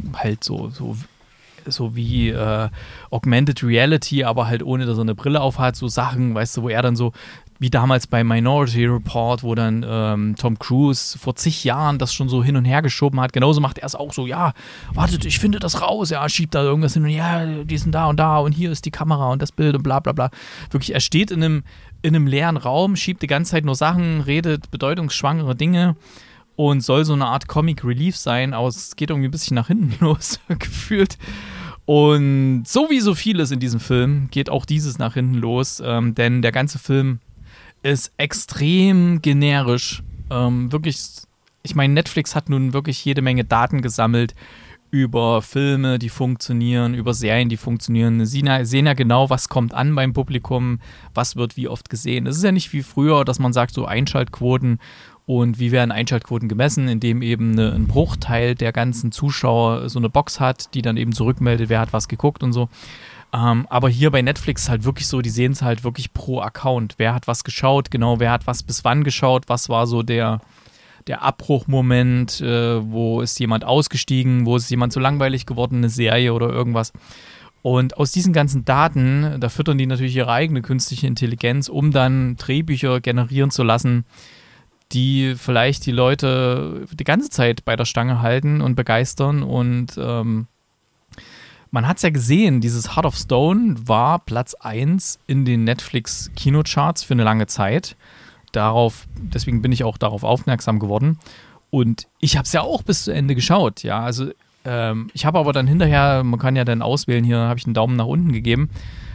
wie Augmented Reality, aber halt ohne, dass er eine Brille aufhat, so Sachen, weißt du, wo er dann so, wie damals bei Minority Report, wo dann Tom Cruise vor zig Jahren das schon so hin und her geschoben hat. Genauso macht er es auch so, ja, wartet, ich finde das raus, ja, schiebt da irgendwas hin und ja, die sind da und hier ist die Kamera und das Bild und bla bla bla. Wirklich, er steht in einem leeren Raum, schiebt die ganze Zeit nur Sachen, redet bedeutungsschwangere Dinge und soll so eine Art Comic Relief sein, aber es geht irgendwie ein bisschen nach hinten los, gefühlt. Und so wie so vieles in diesem Film geht auch dieses nach hinten los, denn der ganze Film ist extrem generisch. Wirklich, ich meine, Netflix hat nun wirklich jede Menge Daten gesammelt über Filme, die funktionieren, über Serien, die funktionieren. Sie sehen ja genau, was kommt an beim Publikum, was wird wie oft gesehen. Es ist ja nicht wie früher, dass man sagt, so Einschaltquoten und wie werden Einschaltquoten gemessen, indem eben ein Bruchteil der ganzen Zuschauer so eine Box hat, die dann eben zurückmeldet, wer hat was geguckt und so. Aber hier bei Netflix ist halt wirklich so, die sehen es halt wirklich pro Account. Wer hat was geschaut, genau, wer hat was bis wann geschaut, was war so der Abbruchmoment, wo ist jemand ausgestiegen, wo ist jemand so langweilig geworden, eine Serie oder irgendwas. Und aus diesen ganzen Daten, da füttern die natürlich ihre eigene künstliche Intelligenz, um dann Drehbücher generieren zu lassen, die vielleicht die Leute die ganze Zeit bei der Stange halten und begeistern. Und man hat es ja gesehen, dieses Heart of Stone war Platz 1 in den Netflix-Kinocharts für eine lange Zeit. Deswegen bin ich auch darauf aufmerksam geworden. Und ich habe es ja auch bis zu Ende geschaut. Ja, also ich habe aber dann hinterher, man kann ja dann auswählen, hier habe ich einen Daumen nach unten gegeben.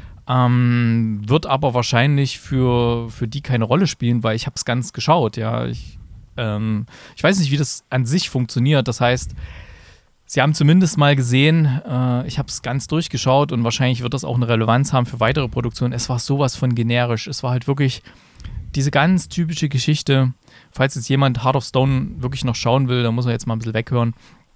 Wird aber wahrscheinlich für die keine Rolle spielen, weil ich habe es ganz geschaut. Ja, ich weiß nicht, wie das an sich funktioniert. Das heißt, Sie haben zumindest mal gesehen, ich habe es ganz durchgeschaut und wahrscheinlich wird das auch eine Relevanz haben für weitere Produktionen. Es war sowas von generisch. Es war halt wirklich diese ganz typische Geschichte. Falls jetzt jemand Heart of Stone wirklich noch schauen will, dann muss er jetzt mal ein bisschen weghören.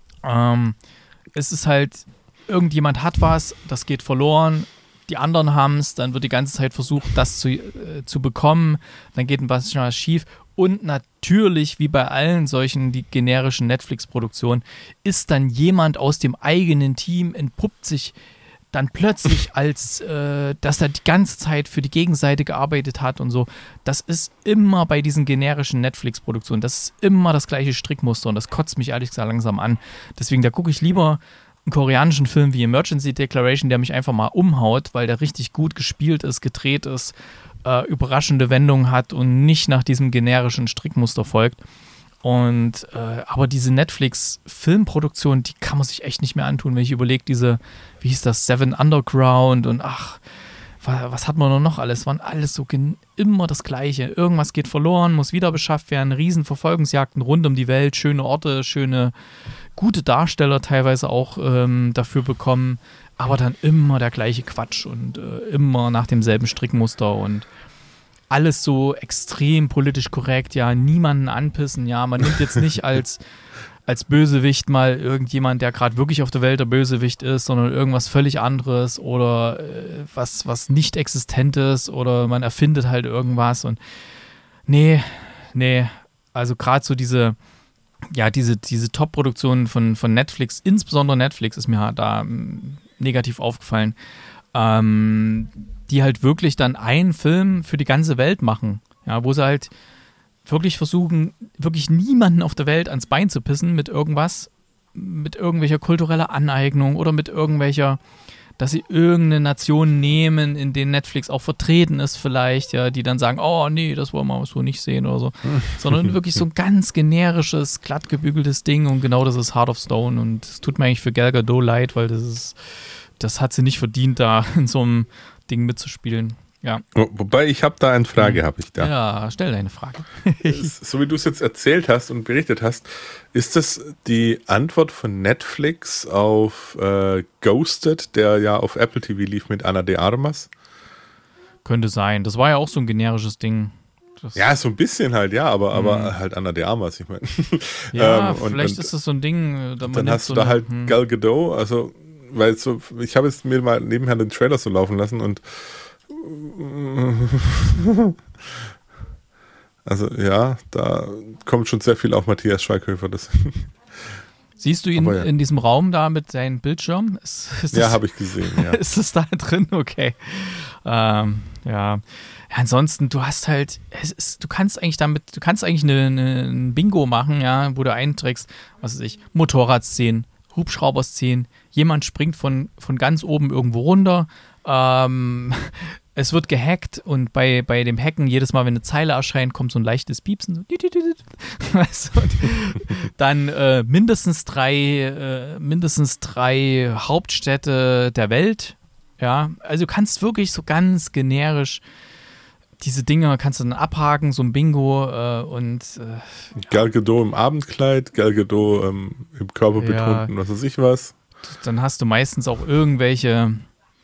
Es ist halt, irgendjemand hat was, das geht verloren, die anderen haben es, dann wird die ganze Zeit versucht, das zu bekommen, dann geht was schief. Und natürlich, wie bei allen solchen die generischen Netflix-Produktionen, ist dann jemand aus dem eigenen Team, entpuppt sich dann plötzlich als, dass er die ganze Zeit für die Gegenseite gearbeitet hat und so. Das ist immer bei diesen generischen Netflix-Produktionen, das ist immer das gleiche Strickmuster und das kotzt mich ehrlich gesagt langsam an. Deswegen, da gucke ich lieber einen koreanischen Film wie Emergency Declaration, der mich einfach mal umhaut, weil der richtig gut gespielt ist, gedreht ist, überraschende Wendungen hat und nicht nach diesem generischen Strickmuster folgt. Und aber diese Netflix-Filmproduktion, die kann man sich echt nicht mehr antun, wenn ich überlege, wie hieß das, Seven Underground und was hat man noch alles? Waren alles so immer das Gleiche. Irgendwas geht verloren, muss wieder beschafft werden, Riesenverfolgungsjagden rund um die Welt, schöne Orte, schöne, gute Darsteller teilweise auch dafür bekommen, aber dann immer der gleiche Quatsch und immer nach demselben Strickmuster und alles so extrem politisch korrekt, ja, niemanden anpissen, ja, man nimmt jetzt nicht als Bösewicht mal irgendjemand, der gerade wirklich auf der Welt der Bösewicht ist, sondern irgendwas völlig anderes oder was nicht existentes oder man erfindet halt irgendwas und nee, also gerade so diese Top-Produktionen von Netflix, insbesondere Netflix ist mir da negativ aufgefallen, die halt wirklich dann einen Film für die ganze Welt machen, ja, wo sie halt wirklich versuchen, wirklich niemanden auf der Welt ans Bein zu pissen mit irgendwas, mit irgendwelcher kultureller Aneignung oder mit irgendwelcher, dass sie irgendeine Nation nehmen, in denen Netflix auch vertreten ist vielleicht, ja, die dann sagen, oh nee, das wollen wir so nicht sehen oder so, sondern wirklich so ein ganz generisches, glatt gebügeltes Ding und genau das ist Heart of Stone und es tut mir eigentlich für Gal Gadot leid, weil das hat sie nicht verdient, da in so einem Ding mitzuspielen. Ja. Wobei, ich habe da eine Frage, habe ich da. Ja, stell deine Frage. So wie du es jetzt erzählt hast und berichtet hast, ist das die Antwort von Netflix auf Ghosted, der ja auf Apple TV lief mit Ana de Armas? Könnte sein. Das war ja auch so ein generisches Ding. Ja, so ein bisschen halt, ja, aber halt Ana de Armas, ich meine. Ja, vielleicht ist das so ein Ding. Dann hast du da halt Gal Gadot, also, weil so, ich habe jetzt mir mal nebenher den Trailer so laufen lassen und also ja, da kommt schon sehr viel auf Matthias Schweighöfer. Siehst du ihn in diesem Raum da mit seinem Bildschirm? Ja, habe ich gesehen. Ja. Ist das da drin? Okay. Ja. Ansonsten, du hast halt, du kannst eigentlich ein Bingo machen, ja, wo du einträgst, was weiß ich, Motorradszenen, Hubschrauberszenen, jemand springt von ganz oben irgendwo runter, es wird gehackt und bei dem Hacken, jedes Mal, wenn eine Zeile erscheint, kommt so ein leichtes Piepsen. So. Dann mindestens drei Hauptstädte der Welt. Ja, also du kannst wirklich so ganz generisch diese Dinge kannst du dann abhaken, so ein Bingo Gal Gadot im Abendkleid, Gal Gadot im körperbetonten, was weiß ich was. Dann hast du meistens auch irgendwelche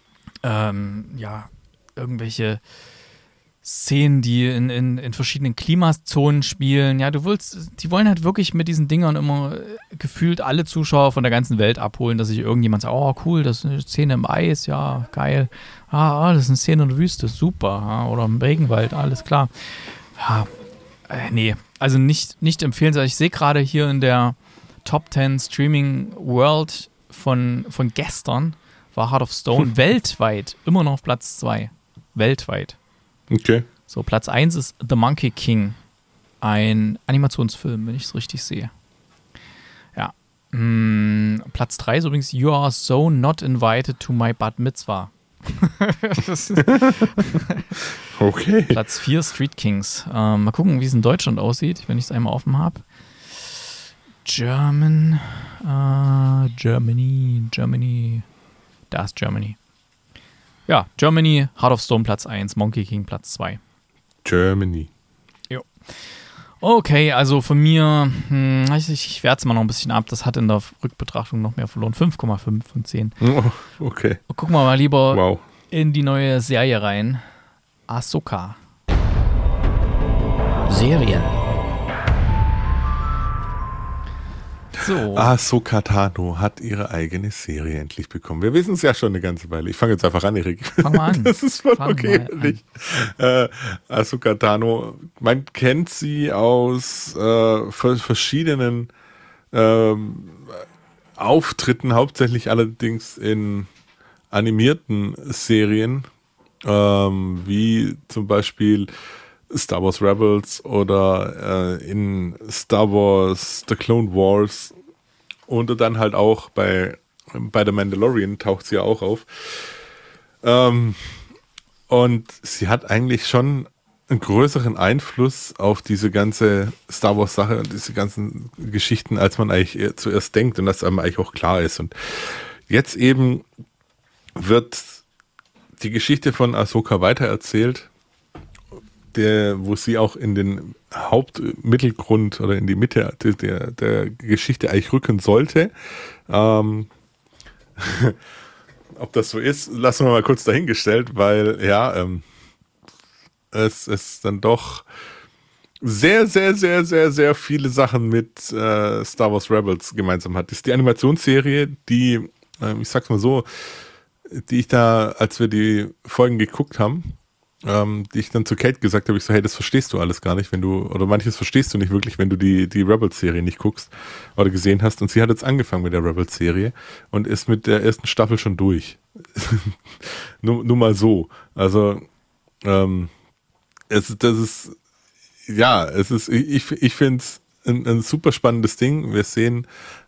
Szenen, die in verschiedenen Klimazonen spielen. Ja, die wollen halt wirklich mit diesen Dingern immer gefühlt alle Zuschauer von der ganzen Welt abholen, dass sich irgendjemand sagt, oh cool, das ist eine Szene im Eis, ja, geil. Das ist eine Szene in der Wüste, super. Ja, oder im Regenwald, alles klar. Ja, nee, also nicht empfehlenswert. Ich sehe gerade hier in der Top 10 Streaming World von gestern war Heart of Stone weltweit immer noch auf Platz 2. Weltweit. Okay. So, Platz 1 ist The Monkey King. Ein Animationsfilm, wenn ich es richtig sehe. Ja. Platz 3 ist übrigens You Are So Not Invited to My Bat Mitzvah. Okay. Platz 4 Street Kings. Mal gucken, wie es in Deutschland aussieht, wenn ich es einmal offen habe. Germany. Da ist Germany. Ja, Germany, Heart of Stone Platz 1, Monkey King Platz 2. Germany. Jo. Okay, also von mir, ich werte es mal noch ein bisschen ab. Das hat in der Rückbetrachtung noch mehr verloren. 5,5 von 10. Oh, okay. Gucken wir mal lieber Wow. in die neue Serie rein. Ahsoka. Serien. So. Ahsoka Tano hat ihre eigene Serie endlich bekommen. Wir wissen es ja schon eine ganze Weile. Ich fange jetzt einfach an, Erik. Fang mal an. Das ist voll okay. Ahsoka Tano, man kennt sie aus verschiedenen Auftritten, hauptsächlich allerdings in animierten Serien, wie zum Beispiel Star Wars Rebels oder in Star Wars The Clone Wars und dann halt auch bei The Mandalorian taucht sie ja auch auf. Und sie hat eigentlich schon einen größeren Einfluss auf diese ganze Star Wars Sache und diese ganzen Geschichten, als man eigentlich zuerst denkt und das einem eigentlich auch klar ist. Und jetzt eben wird die Geschichte von Ahsoka weitererzählt, wo sie auch in den Hauptmittelgrund oder in die Mitte der Geschichte eigentlich rücken sollte. Ob das so ist, lassen wir mal kurz dahingestellt, weil es dann doch sehr, sehr, sehr, sehr, sehr viele Sachen mit Star Wars Rebels gemeinsam hat. Das ist die Animationsserie, die, ich sag's mal so, die ich da, als wir die Folgen geguckt haben, die ich dann zu Kate gesagt habe, ich so, hey, das verstehst du alles gar nicht, oder manches verstehst du nicht wirklich, wenn du die Rebels-Serie nicht guckst oder gesehen hast. Und sie hat jetzt angefangen mit der Rebels-Serie und ist mit der ersten Staffel schon durch. nur mal so. Also, ich finde es ein super spannendes Ding. Wir sehen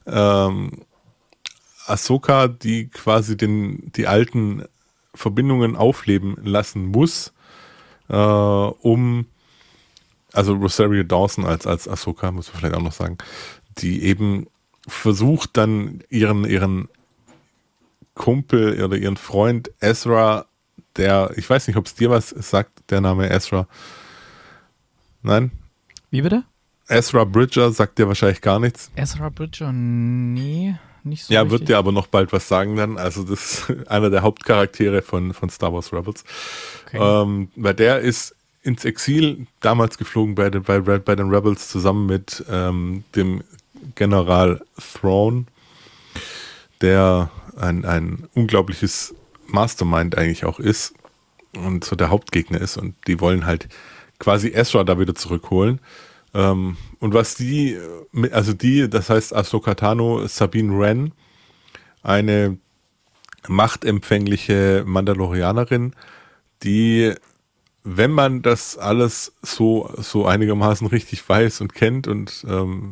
Ahsoka, die quasi die alten Verbindungen aufleben lassen muss, also Rosario Dawson als Ahsoka, muss man vielleicht auch noch sagen, die eben versucht dann ihren Kumpel oder ihren Freund Ezra, ich weiß nicht, ob es dir was sagt, der Name Ezra. Nein? Wie bitte? Ezra Bridger sagt dir wahrscheinlich gar nichts. Ezra Bridger, nee. Nicht so ja, richtig. Wird dir aber noch bald was sagen dann. Also das ist einer der Hauptcharaktere von Star Wars Rebels. Okay. Weil der ist ins Exil damals geflogen bei den Rebels zusammen mit dem General Thrawn, der ein unglaubliches Mastermind eigentlich auch ist und so der Hauptgegner ist. Und die wollen halt quasi Ezra da wieder zurückholen. Und was das heißt Ahsoka Tano, Sabine Wren, eine machtempfängliche Mandalorianerin, die, wenn man das alles so einigermaßen richtig weiß und kennt und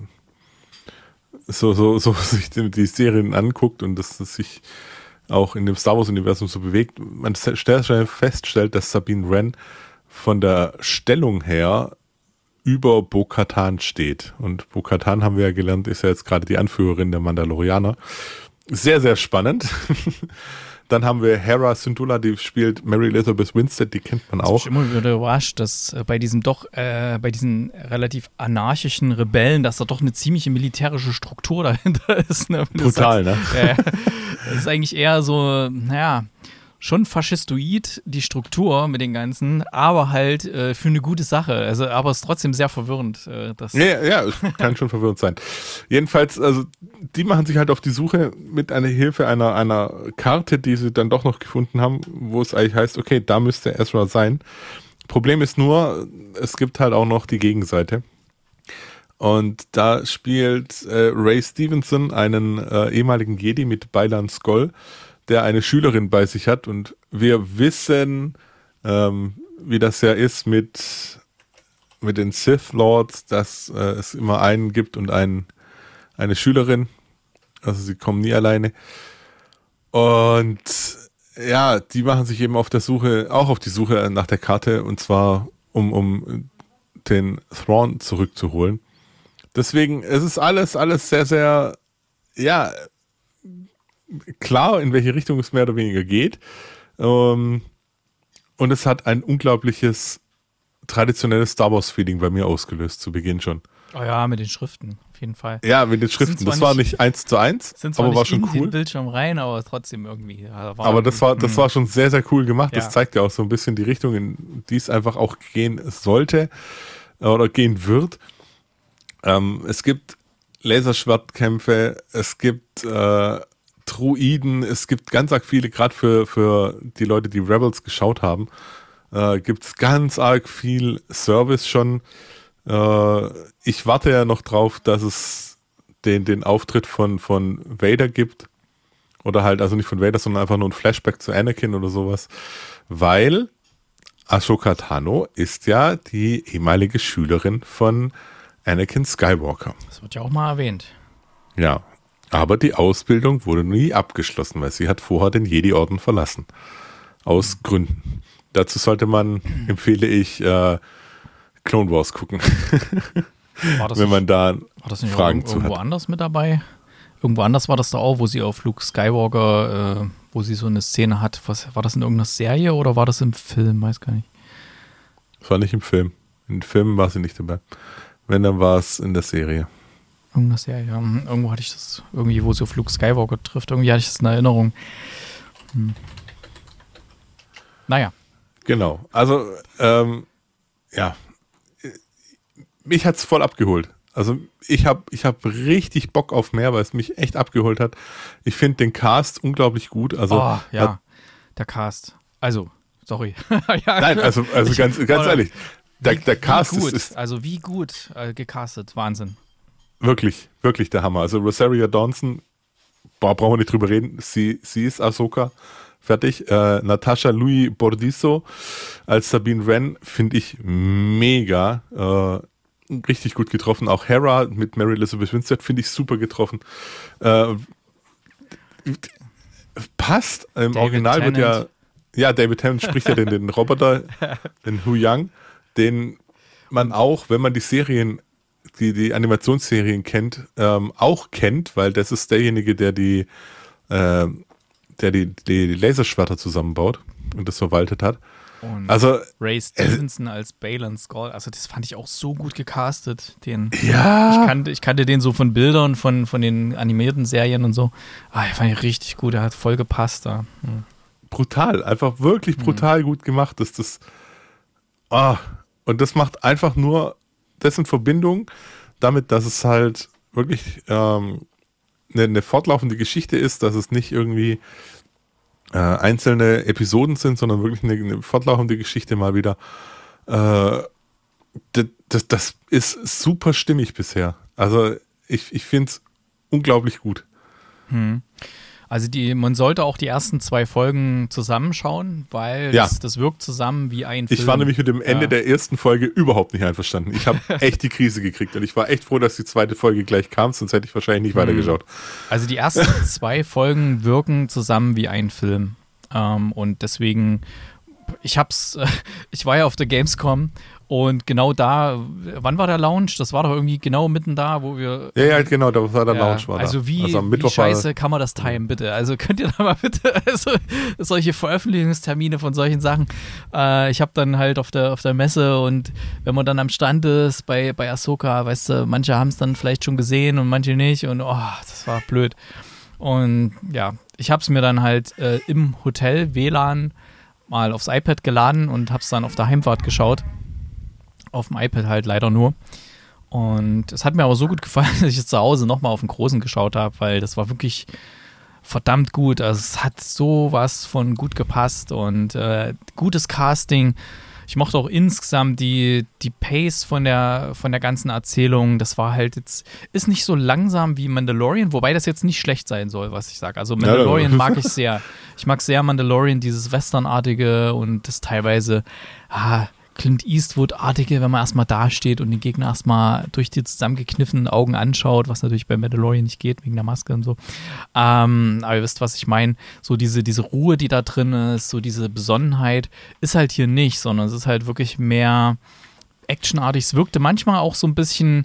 so sich die Serien anguckt und dass es sich auch in dem Star Wars Universum so bewegt, man feststellt, dass Sabine Wren von der Stellung her über Bo-Katan steht. Und Bo-Katan, haben wir ja gelernt, ist ja jetzt gerade die Anführerin der Mandalorianer. Sehr, sehr spannend. Dann haben wir Hera Syndulla, die spielt Mary Elizabeth Winstead, die kennt man auch. Ich bin immer wieder überrascht, dass bei diesen relativ anarchischen Rebellen, dass da doch eine ziemliche militärische Struktur dahinter ist. Ne? Brutal, ne? Das ist eigentlich eher so, naja, schon faschistoid, die Struktur mit den Ganzen, aber halt für eine gute Sache. Also, aber es ist trotzdem sehr verwirrend. Ja, es kann schon verwirrend sein. Jedenfalls, also die machen sich halt auf die Suche mit einer Hilfe einer Karte, die sie dann doch noch gefunden haben, wo es eigentlich heißt, okay, da müsste Ezra sein. Problem ist nur, es gibt halt auch noch die Gegenseite. Und da spielt Ray Stevenson einen ehemaligen Jedi mit Beilan Skoll, der eine Schülerin bei sich hat, und wir wissen, wie das ja ist mit den Sith Lords, dass es immer einen gibt und eine Schülerin, also sie kommen nie alleine, und ja, die machen sich eben auf die Suche nach der Karte, und zwar um den Thrawn zurückzuholen. Deswegen, es ist alles sehr, sehr, ja, klar, in welche Richtung es mehr oder weniger geht. Und es hat ein unglaubliches traditionelles Star Wars-Feeling bei mir ausgelöst, zu Beginn schon. Oh ja, mit den Schriften, auf jeden Fall. Ja, mit den Schriften. Das war nicht 1:1, aber war schon cool. In den Bildschirm rein, aber trotzdem irgendwie. Aber das war schon sehr, sehr cool gemacht. Ja. Das zeigt ja auch so ein bisschen die Richtung, in die es einfach auch gehen sollte oder gehen wird. Es gibt Laserschwertkämpfe, es gibt Druiden, es gibt ganz arg viele, gerade für die Leute, die Rebels geschaut haben, gibt es ganz arg viel Service schon. Ich warte ja noch drauf, dass es den Auftritt von Vader gibt. Oder halt, also nicht von Vader, sondern einfach nur ein Flashback zu Anakin oder sowas. Weil Ahsoka Tano ist ja die ehemalige Schülerin von Anakin Skywalker. Das wird ja auch mal erwähnt. Ja, aber die Ausbildung wurde nie abgeschlossen, weil sie hat vorher den Jedi-Orden verlassen. Aus Gründen. Dazu sollte man, empfehle ich, Clone Wars gucken. Wenn man da Fragen zu hat. Irgendwo anders mit dabei? Irgendwo anders war das da auch, wo sie auf Luke Skywalker, wo sie so eine Szene hat. War das in irgendeiner Serie oder war das im Film? Weiß gar nicht. Das war nicht im Film. In Filmen war sie nicht dabei. Wenn, dann war es in der Serie. Irgendeine Serie, ja. Irgendwo hatte ich das, irgendwie, wo sie auf Luke Skywalker trifft. Irgendwie hatte ich das in Erinnerung. Naja. Genau. Also, ja. Mich hat es voll abgeholt. Also, ich hab richtig Bock auf mehr, weil es mich echt abgeholt hat. Ich finde den Cast unglaublich gut. Also, der Cast. Also, sorry. Ja, nein, also ganz ehrlich. Der Cast ist. Also, wie gut gecastet. Wahnsinn. Wirklich, wirklich der Hammer. Also Rosario Dawson, brauchen wir nicht drüber reden, sie ist Ahsoka, fertig. Natasha Louis Bordiso als Sabine Wren finde ich mega, richtig gut getroffen. Auch Hera mit Mary Elizabeth Winstead finde ich super getroffen. Passt, im David Original Tennant. wird ja, David Tennant spricht ja den Roboter, den Hu Yang, den man auch, wenn man die Serien die Animationsserien kennt, auch kennt, weil das ist derjenige, der die Laserschwerter zusammenbaut und das verwaltet hat. Und also Ray Stevenson als Bailan Skoll, also das fand ich auch so gut gecastet. Ich kannte den so von Bildern, von den animierten Serien und so. Ich fand ihn richtig gut, er hat voll gepasst da. Brutal, einfach wirklich brutal gut gemacht. Und das macht einfach nur das in Verbindung damit, dass es halt wirklich eine fortlaufende Geschichte ist, dass es nicht irgendwie einzelne Episoden sind, sondern wirklich eine fortlaufende Geschichte mal wieder. Das ist super stimmig bisher. Also ich finde es unglaublich gut. Also man sollte auch die ersten 2 Folgen zusammenschauen, weil das wirkt zusammen wie ein Film. Ich war nämlich mit dem Ende der ersten Folge überhaupt nicht einverstanden. Ich habe echt die Krise gekriegt und ich war echt froh, dass die zweite Folge gleich kam, sonst hätte ich wahrscheinlich nicht weitergeschaut. Also die ersten 2 Folgen wirken zusammen wie ein Film. Und deswegen, ich war ja auf der Gamescom und genau da, wann war der Launch? Das war doch irgendwie genau mitten da, wo wir... Ja, genau, da war der Launch. Also wie scheiße kann man das timen, bitte? Also könnt ihr da mal bitte solche Veröffentlichungstermine von solchen Sachen. Ich habe dann halt auf der Messe und wenn man dann am Stand ist bei Ahsoka, weißt du, manche haben es dann vielleicht schon gesehen und manche nicht und das war blöd. Und ja, ich habe es mir dann halt im Hotel WLAN mal aufs iPad geladen und habe es dann auf der Heimfahrt geschaut. Auf dem iPad halt leider nur. Und es hat mir aber so gut gefallen, dass ich es zu Hause nochmal auf dem Großen geschaut habe, weil das war wirklich verdammt gut. Also es hat sowas von gut gepasst und gutes Casting. Ich mochte auch insgesamt die Pace von der ganzen Erzählung. Das war halt jetzt, ist nicht so langsam wie Mandalorian, wobei das jetzt nicht schlecht sein soll, was ich sage. Also Mandalorian mag ich sehr. Ich mag sehr Mandalorian, dieses Westernartige und das teilweise, Clint Eastwood-artige, wenn man erstmal dasteht und den Gegner erstmal durch die zusammengekniffenen Augen anschaut, was natürlich bei Mandalorian nicht geht, wegen der Maske und so. Aber ihr wisst, was ich meine. So diese Ruhe, die da drin ist, so diese Besonnenheit, ist halt hier nicht, sondern es ist halt wirklich mehr actionartig. Es wirkte manchmal auch so ein bisschen,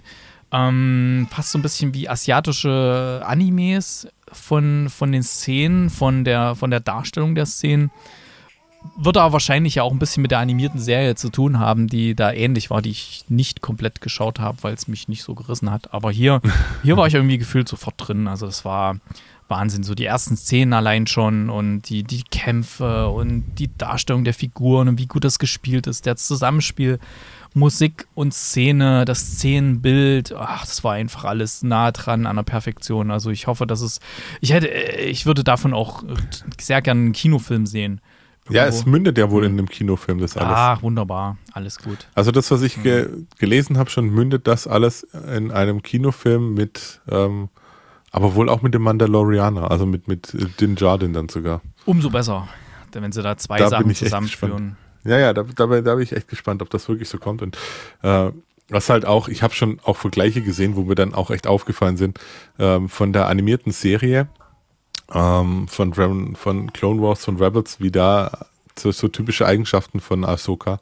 fast so ein bisschen wie asiatische Animes von den Szenen, von der Darstellung der Szenen. Wird aber wahrscheinlich ja auch ein bisschen mit der animierten Serie zu tun haben, die da ähnlich war, die ich nicht komplett geschaut habe, weil es mich nicht so gerissen hat. Aber hier war ich irgendwie gefühlt sofort drin. Also es war Wahnsinn. So die ersten Szenen allein schon und die Kämpfe und die Darstellung der Figuren und wie gut das gespielt ist. Das Zusammenspiel, Musik und Szene, das Szenenbild, das war einfach alles nah dran an der Perfektion. Also ich hoffe, dass ich würde davon auch sehr gerne einen Kinofilm sehen. Ja, es mündet ja wohl in einem Kinofilm, das alles. Wunderbar, alles gut. Also das, was ich gelesen habe, schon mündet das alles in einem Kinofilm mit, aber wohl auch mit dem Mandalorianer, also mit Din Djarin dann sogar. Umso besser, denn wenn sie da zwei Sachen zusammenführen. Ja, da bin ich echt gespannt, ob das wirklich so kommt. Und was halt auch, ich habe schon auch Vergleiche gesehen, wo mir dann auch echt aufgefallen sind, von der animierten Serie, von Clone Wars, von Rebels, wie da so typische Eigenschaften von Ahsoka.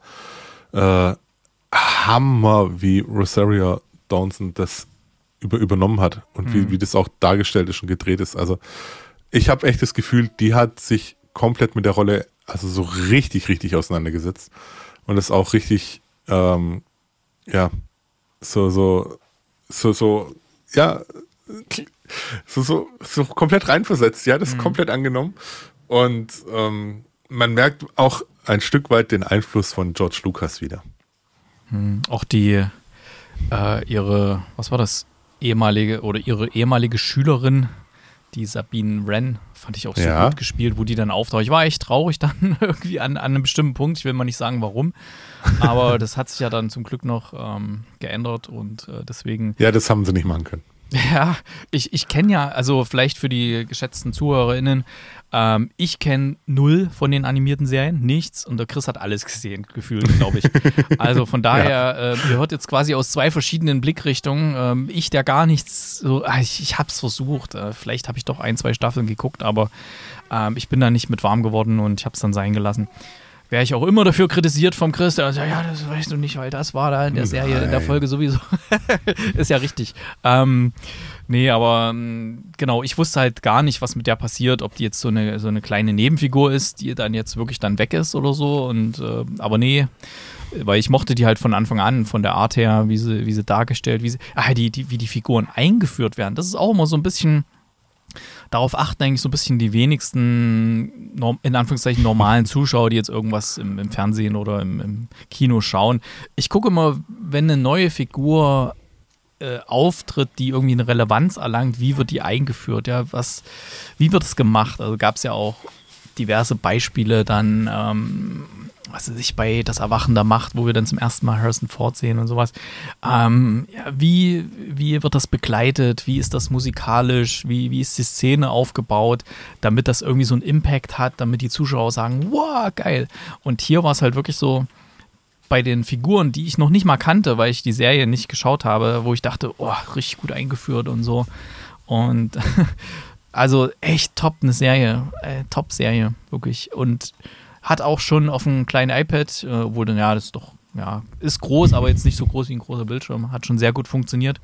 Hammer, wie Rosario Dawson das übernommen hat und wie das auch dargestellt ist und gedreht ist. Also ich habe echt das Gefühl, die hat sich komplett mit der Rolle also so richtig, richtig auseinandergesetzt und das auch richtig so komplett reinversetzt, ja, das komplett angenommen. Und man merkt auch ein Stück weit den Einfluss von George Lucas wieder. Auch ihre ehemalige Schülerin, die Sabine Wren, fand ich auch so gut gespielt, wo die dann auftaucht. Ich war echt traurig dann irgendwie an einem bestimmten Punkt, ich will mal nicht sagen, warum, aber das hat sich ja dann zum Glück noch geändert und deswegen... Ja, das haben sie nicht machen können. Ja, ich kenne ja, also vielleicht für die geschätzten ZuhörerInnen, ich kenne 0 von den animierten Serien, nichts, und der Chris hat alles gesehen, gefühlt, glaube ich. Also von daher, ihr hört jetzt quasi aus 2 verschiedenen Blickrichtungen. Ich, der gar nichts, so, ich habe es versucht, vielleicht habe ich doch 1, 2 Staffeln geguckt, aber ich bin da nicht mit warm geworden und ich habe es dann sein gelassen. Wäre ich auch immer dafür kritisiert vom Chris, der sagt, ja, das weißt du nicht, weil das war da in der Serie, in der Folge sowieso. Ist ja richtig. Nee, aber genau, ich wusste halt gar nicht, was mit der passiert, ob die jetzt so eine kleine Nebenfigur ist, die dann jetzt wirklich dann weg ist oder so. Und aber nee, weil ich mochte die halt von Anfang an, von der Art her, wie sie dargestellt, wie die Figuren eingeführt werden. Das ist auch immer so ein bisschen... Darauf achten eigentlich so ein bisschen die wenigsten, in Anführungszeichen, normalen Zuschauer, die jetzt irgendwas im Fernsehen oder im Kino schauen. Ich gucke immer, wenn eine neue Figur auftritt, die irgendwie eine Relevanz erlangt, wie wird die eingeführt? Ja, wie wird es gemacht? Also gab es ja auch diverse Beispiele dann, was weiß ich, bei Das Erwachen der Macht, wo wir dann zum ersten Mal Harrison Ford sehen und sowas. Wie wird das begleitet? Wie ist das musikalisch? Wie ist die Szene aufgebaut, damit das irgendwie so einen Impact hat, damit die Zuschauer sagen, wow, geil. Und hier war es halt wirklich so, bei den Figuren, die ich noch nicht mal kannte, weil ich die Serie nicht geschaut habe, wo ich dachte, oh, richtig gut eingeführt und so. Und also echt top, eine Serie, Top-Serie, wirklich. Und Hat auch schon auf einem kleinen iPad, wo dann, das ist doch, ist groß, aber jetzt nicht so groß wie ein großer Bildschirm. Hat schon sehr gut funktioniert.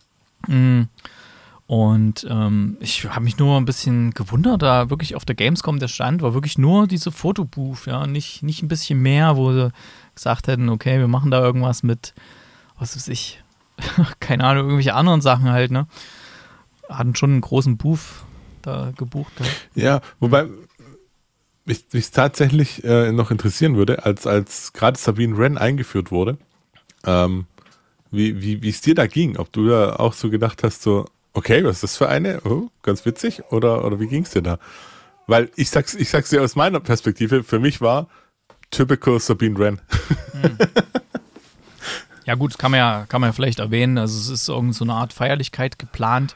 Und ich habe mich nur ein bisschen gewundert, da wirklich auf der Gamescom der Stand war wirklich nur diese Fotobooth, nicht ein bisschen mehr, wo sie gesagt hätten, okay, wir machen da irgendwas mit, was weiß ich, keine Ahnung, irgendwelche anderen Sachen halt, ne? Hatten schon einen großen Booth da gebucht. Ja, wobei mich tatsächlich noch interessieren würde, als gerade Sabine Wren eingeführt wurde, wie es dir da ging, ob du da auch so gedacht hast, so, okay, was ist das für eine? Oh, ganz witzig. Oder wie ging es dir da? Weil ich sag's dir aus meiner Perspektive, für mich war typical Sabine Wren. Ja gut, das kann man ja vielleicht erwähnen. Also es ist irgend so eine Art Feierlichkeit geplant.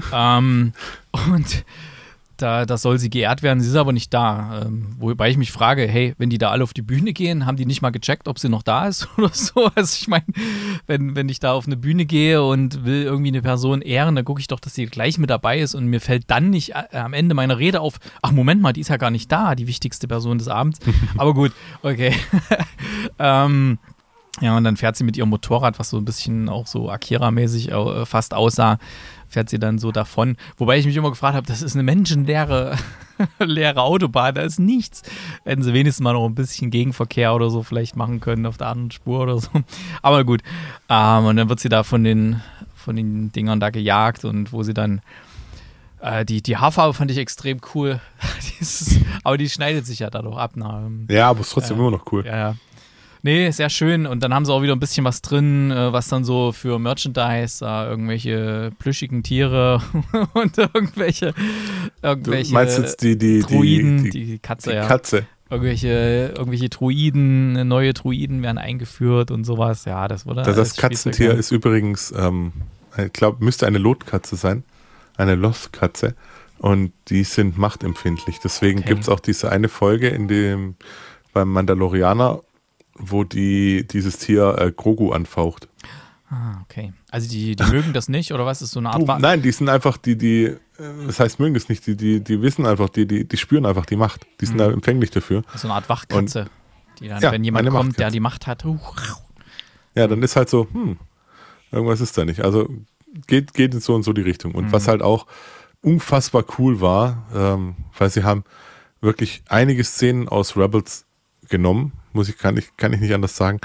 Und da soll sie geehrt werden, sie ist aber nicht da. Wobei ich mich frage, hey, wenn die da alle auf die Bühne gehen, haben die nicht mal gecheckt, ob sie noch da ist oder so? Also ich meine, wenn ich da auf eine Bühne gehe und will irgendwie eine Person ehren, dann gucke ich doch, dass sie gleich mit dabei ist und mir fällt dann nicht am Ende meiner Rede auf, ach Moment mal, die ist ja gar nicht da, die wichtigste Person des Abends. Aber gut, okay. Ja, und dann fährt sie mit ihrem Motorrad, was so ein bisschen auch so Akira-mäßig fast aussah, fährt sie dann so davon. Wobei ich mich immer gefragt habe, das ist eine menschenleere leere Autobahn, da ist nichts. Hätten sie wenigstens mal noch ein bisschen Gegenverkehr oder so vielleicht machen können auf der anderen Spur oder so. Aber gut. Und dann wird sie da von den Dingern da gejagt und wo sie dann die Haarfarbe fand ich extrem cool. Aber die schneidet sich ja dadurch ab. Ja, aber ist trotzdem immer noch cool. Ja. Nee, sehr schön. Und dann haben sie auch wieder ein bisschen was drin, was dann so für Merchandise, irgendwelche plüschigen Tiere und irgendwelche Du meinst jetzt die Druiden, die Katze, die Katze. Irgendwelche Druiden, neue Druiden werden eingeführt und sowas. Ja, das wurde Das Katzentier ist übrigens, ich glaube, müsste eine Lotkatze sein. Eine Lothkatze. Und die sind machtempfindlich. Deswegen gibt es auch diese eine Folge beim Mandalorianer, wo dieses Tier Grogu anfaucht. Ah, okay. Also die mögen das nicht, oder was? Ist so eine Art... Nein, die sind einfach, das heißt, mögen es nicht, die wissen einfach, die spüren einfach die Macht. Die sind da empfänglich dafür. So eine Art Wachkatze, die dann, wenn jemand kommt, der die Macht hat... Ja, dann ist halt so, irgendwas ist da nicht. Also geht in so und so die Richtung. Und was halt auch unfassbar cool war, weil sie haben wirklich einige Szenen aus Rebels genommen, kann ich nicht anders sagen.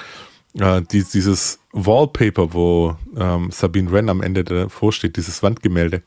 Dieses Wallpaper, wo Sabine Wren am Ende davor steht, dieses Wandgemälde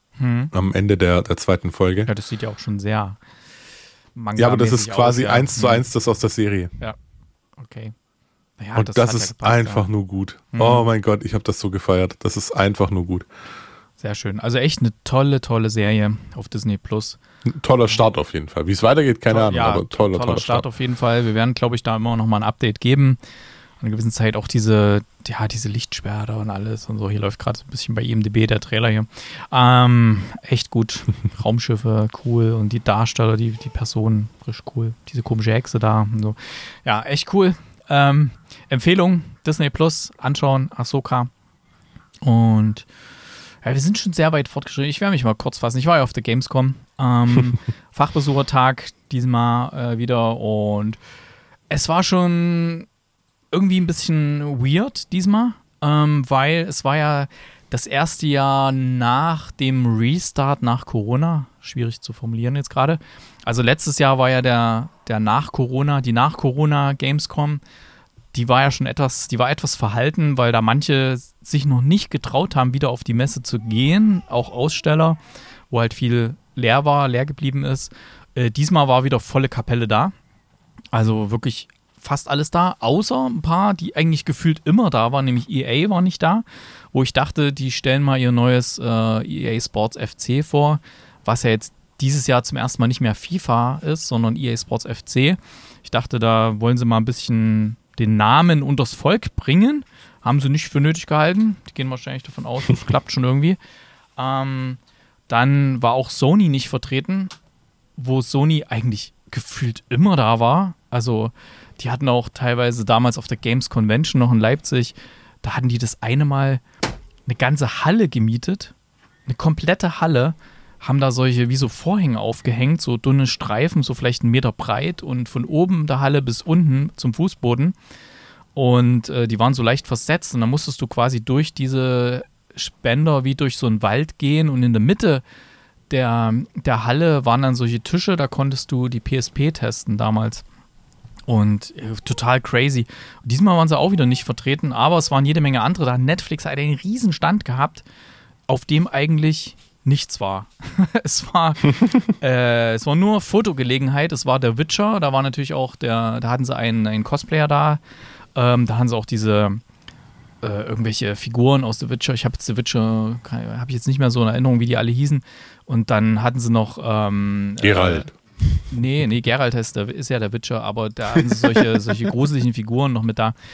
am Ende der zweiten Folge. Ja, das sieht ja auch schon sehr manga-mäßig aus. Ja, aber das ist quasi 1:1 das aus der Serie. Ja, okay. Ja, und das ist einfach nur gut. Oh mein Gott, ich habe das so gefeiert. Das ist einfach nur gut. Sehr schön. Also echt eine tolle, tolle Serie auf Disney Plus. Ein toller Start auf jeden Fall. Wie es weitergeht, keine Ahnung, aber toller Start auf jeden Fall. Wir werden, glaube ich, da immer noch mal ein Update geben. An einer gewissen Zeit auch diese Lichtschwerter und alles und so. Hier läuft gerade so ein bisschen bei IMDb der Trailer hier. Echt gut. Raumschiffe, cool. Und die Darsteller, die Personen, frisch cool. Diese komische Hexe da und so. Ja, echt cool. Empfehlung, Disney Plus, anschauen, Ahsoka. Und ja, wir sind schon sehr weit fortgeschritten. Ich werde mich mal kurz fassen. Ich war ja auf der Gamescom. Fachbesuchertag diesmal wieder. Und es war schon irgendwie ein bisschen weird diesmal, weil es war ja das erste Jahr nach dem Restart nach Corona. Schwierig zu formulieren jetzt gerade. Also letztes Jahr war ja die Nach-Corona Gamescom. Die war etwas verhalten, weil da manche sich noch nicht getraut haben, wieder auf die Messe zu gehen. Auch Aussteller, wo halt viel leer geblieben ist. Diesmal war wieder volle Kapelle da. Also wirklich fast alles da, außer ein paar, die eigentlich gefühlt immer da waren, nämlich EA war nicht da, wo ich dachte, die stellen mal ihr neues EA Sports FC vor, was ja jetzt dieses Jahr zum ersten Mal nicht mehr FIFA ist, sondern EA Sports FC. Ich dachte, da wollen sie mal ein bisschen den Namen unters Volk bringen. Haben sie nicht für nötig gehalten. Die gehen wahrscheinlich davon aus, das klappt schon irgendwie. Dann war auch Sony nicht vertreten, wo Sony eigentlich gefühlt immer da war. Also die hatten auch teilweise damals auf der Games Convention noch in Leipzig, da hatten die das eine Mal eine ganze Halle gemietet. Eine komplette Halle. haben da solche wie so Vorhänge aufgehängt, so dünne Streifen, so vielleicht 1 Meter breit und von oben der Halle bis unten zum Fußboden. Und die waren so leicht versetzt und dann musstest du quasi durch diese Spender wie durch so einen Wald gehen und in der Mitte der Halle waren dann solche Tische, da konntest du die PSP testen damals. Und total crazy. Und diesmal waren sie auch wieder nicht vertreten, aber es waren jede Menge andere da. Netflix hat einen riesen Stand gehabt, auf dem eigentlich nichts war. Es war nur Fotogelegenheit, es war der Witcher, da war natürlich auch da hatten sie einen Cosplayer da, da haben sie auch diese irgendwelche Figuren aus The Witcher. Ich habe jetzt The Witcher, habe ich jetzt nicht mehr so in Erinnerung, wie die alle hießen. Und dann hatten sie noch Geralt. Nee, Geralt ist ja der Witcher, aber da haben sie solche gruseligen Figuren noch mit da.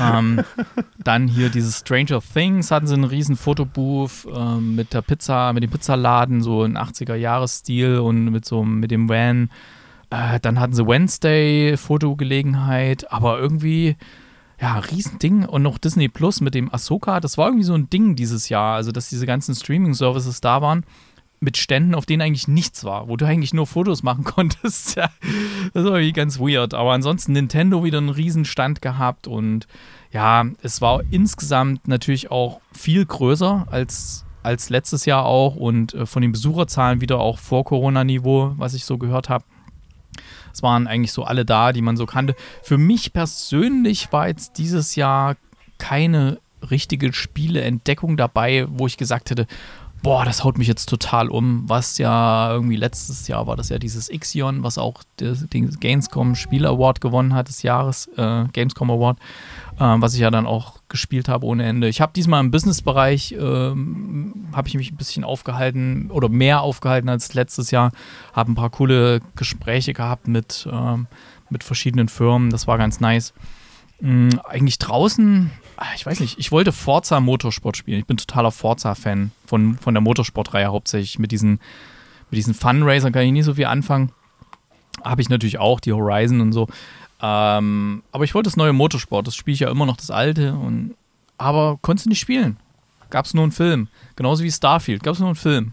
Dann hier dieses Stranger Things hatten sie einen riesen Fotobooth mit dem Pizzaladen, so in 80er-Jahres-Stil und mit dem Van. Dann hatten sie Wednesday-Fotogelegenheit, aber irgendwie, ja, Riesending. Und noch Disney Plus mit dem Ahsoka, das war irgendwie so ein Ding dieses Jahr, also dass diese ganzen Streaming-Services da waren, mit Ständen, auf denen eigentlich nichts war, wo du eigentlich nur Fotos machen konntest. Ja, das war irgendwie ganz weird. Aber ansonsten Nintendo wieder einen riesen Stand gehabt und ja, es war insgesamt natürlich auch viel größer als letztes Jahr auch und von den Besucherzahlen wieder auch vor Corona-Niveau, was ich so gehört habe. Es waren eigentlich so alle da, die man so kannte. Für mich persönlich war jetzt dieses Jahr keine richtige Spieleentdeckung dabei, wo ich gesagt hätte, boah, das haut mich jetzt total um, was ja irgendwie letztes Jahr war das ja dieses Ixion, was auch den Gamescom Spiel Award gewonnen hat des Jahres, Gamescom Award, was ich ja dann auch gespielt habe ohne Ende. Ich habe diesmal im Business-Bereich, habe ich mich ein bisschen aufgehalten oder mehr aufgehalten als letztes Jahr, habe ein paar coole Gespräche gehabt mit verschiedenen Firmen, das war ganz nice. Eigentlich draußen, ich weiß nicht, ich wollte Forza Motorsport spielen. Ich bin totaler Forza-Fan von der Motorsportreihe hauptsächlich. Mit diesen Fun-Racern kann ich nicht so viel anfangen. Habe ich natürlich auch, die Horizon und so. Aber ich wollte das neue Motorsport, das spiele ich ja immer noch das alte. Aber konntest du nicht spielen. Gab es nur einen Film. Genauso wie Starfield, gab es nur einen Film.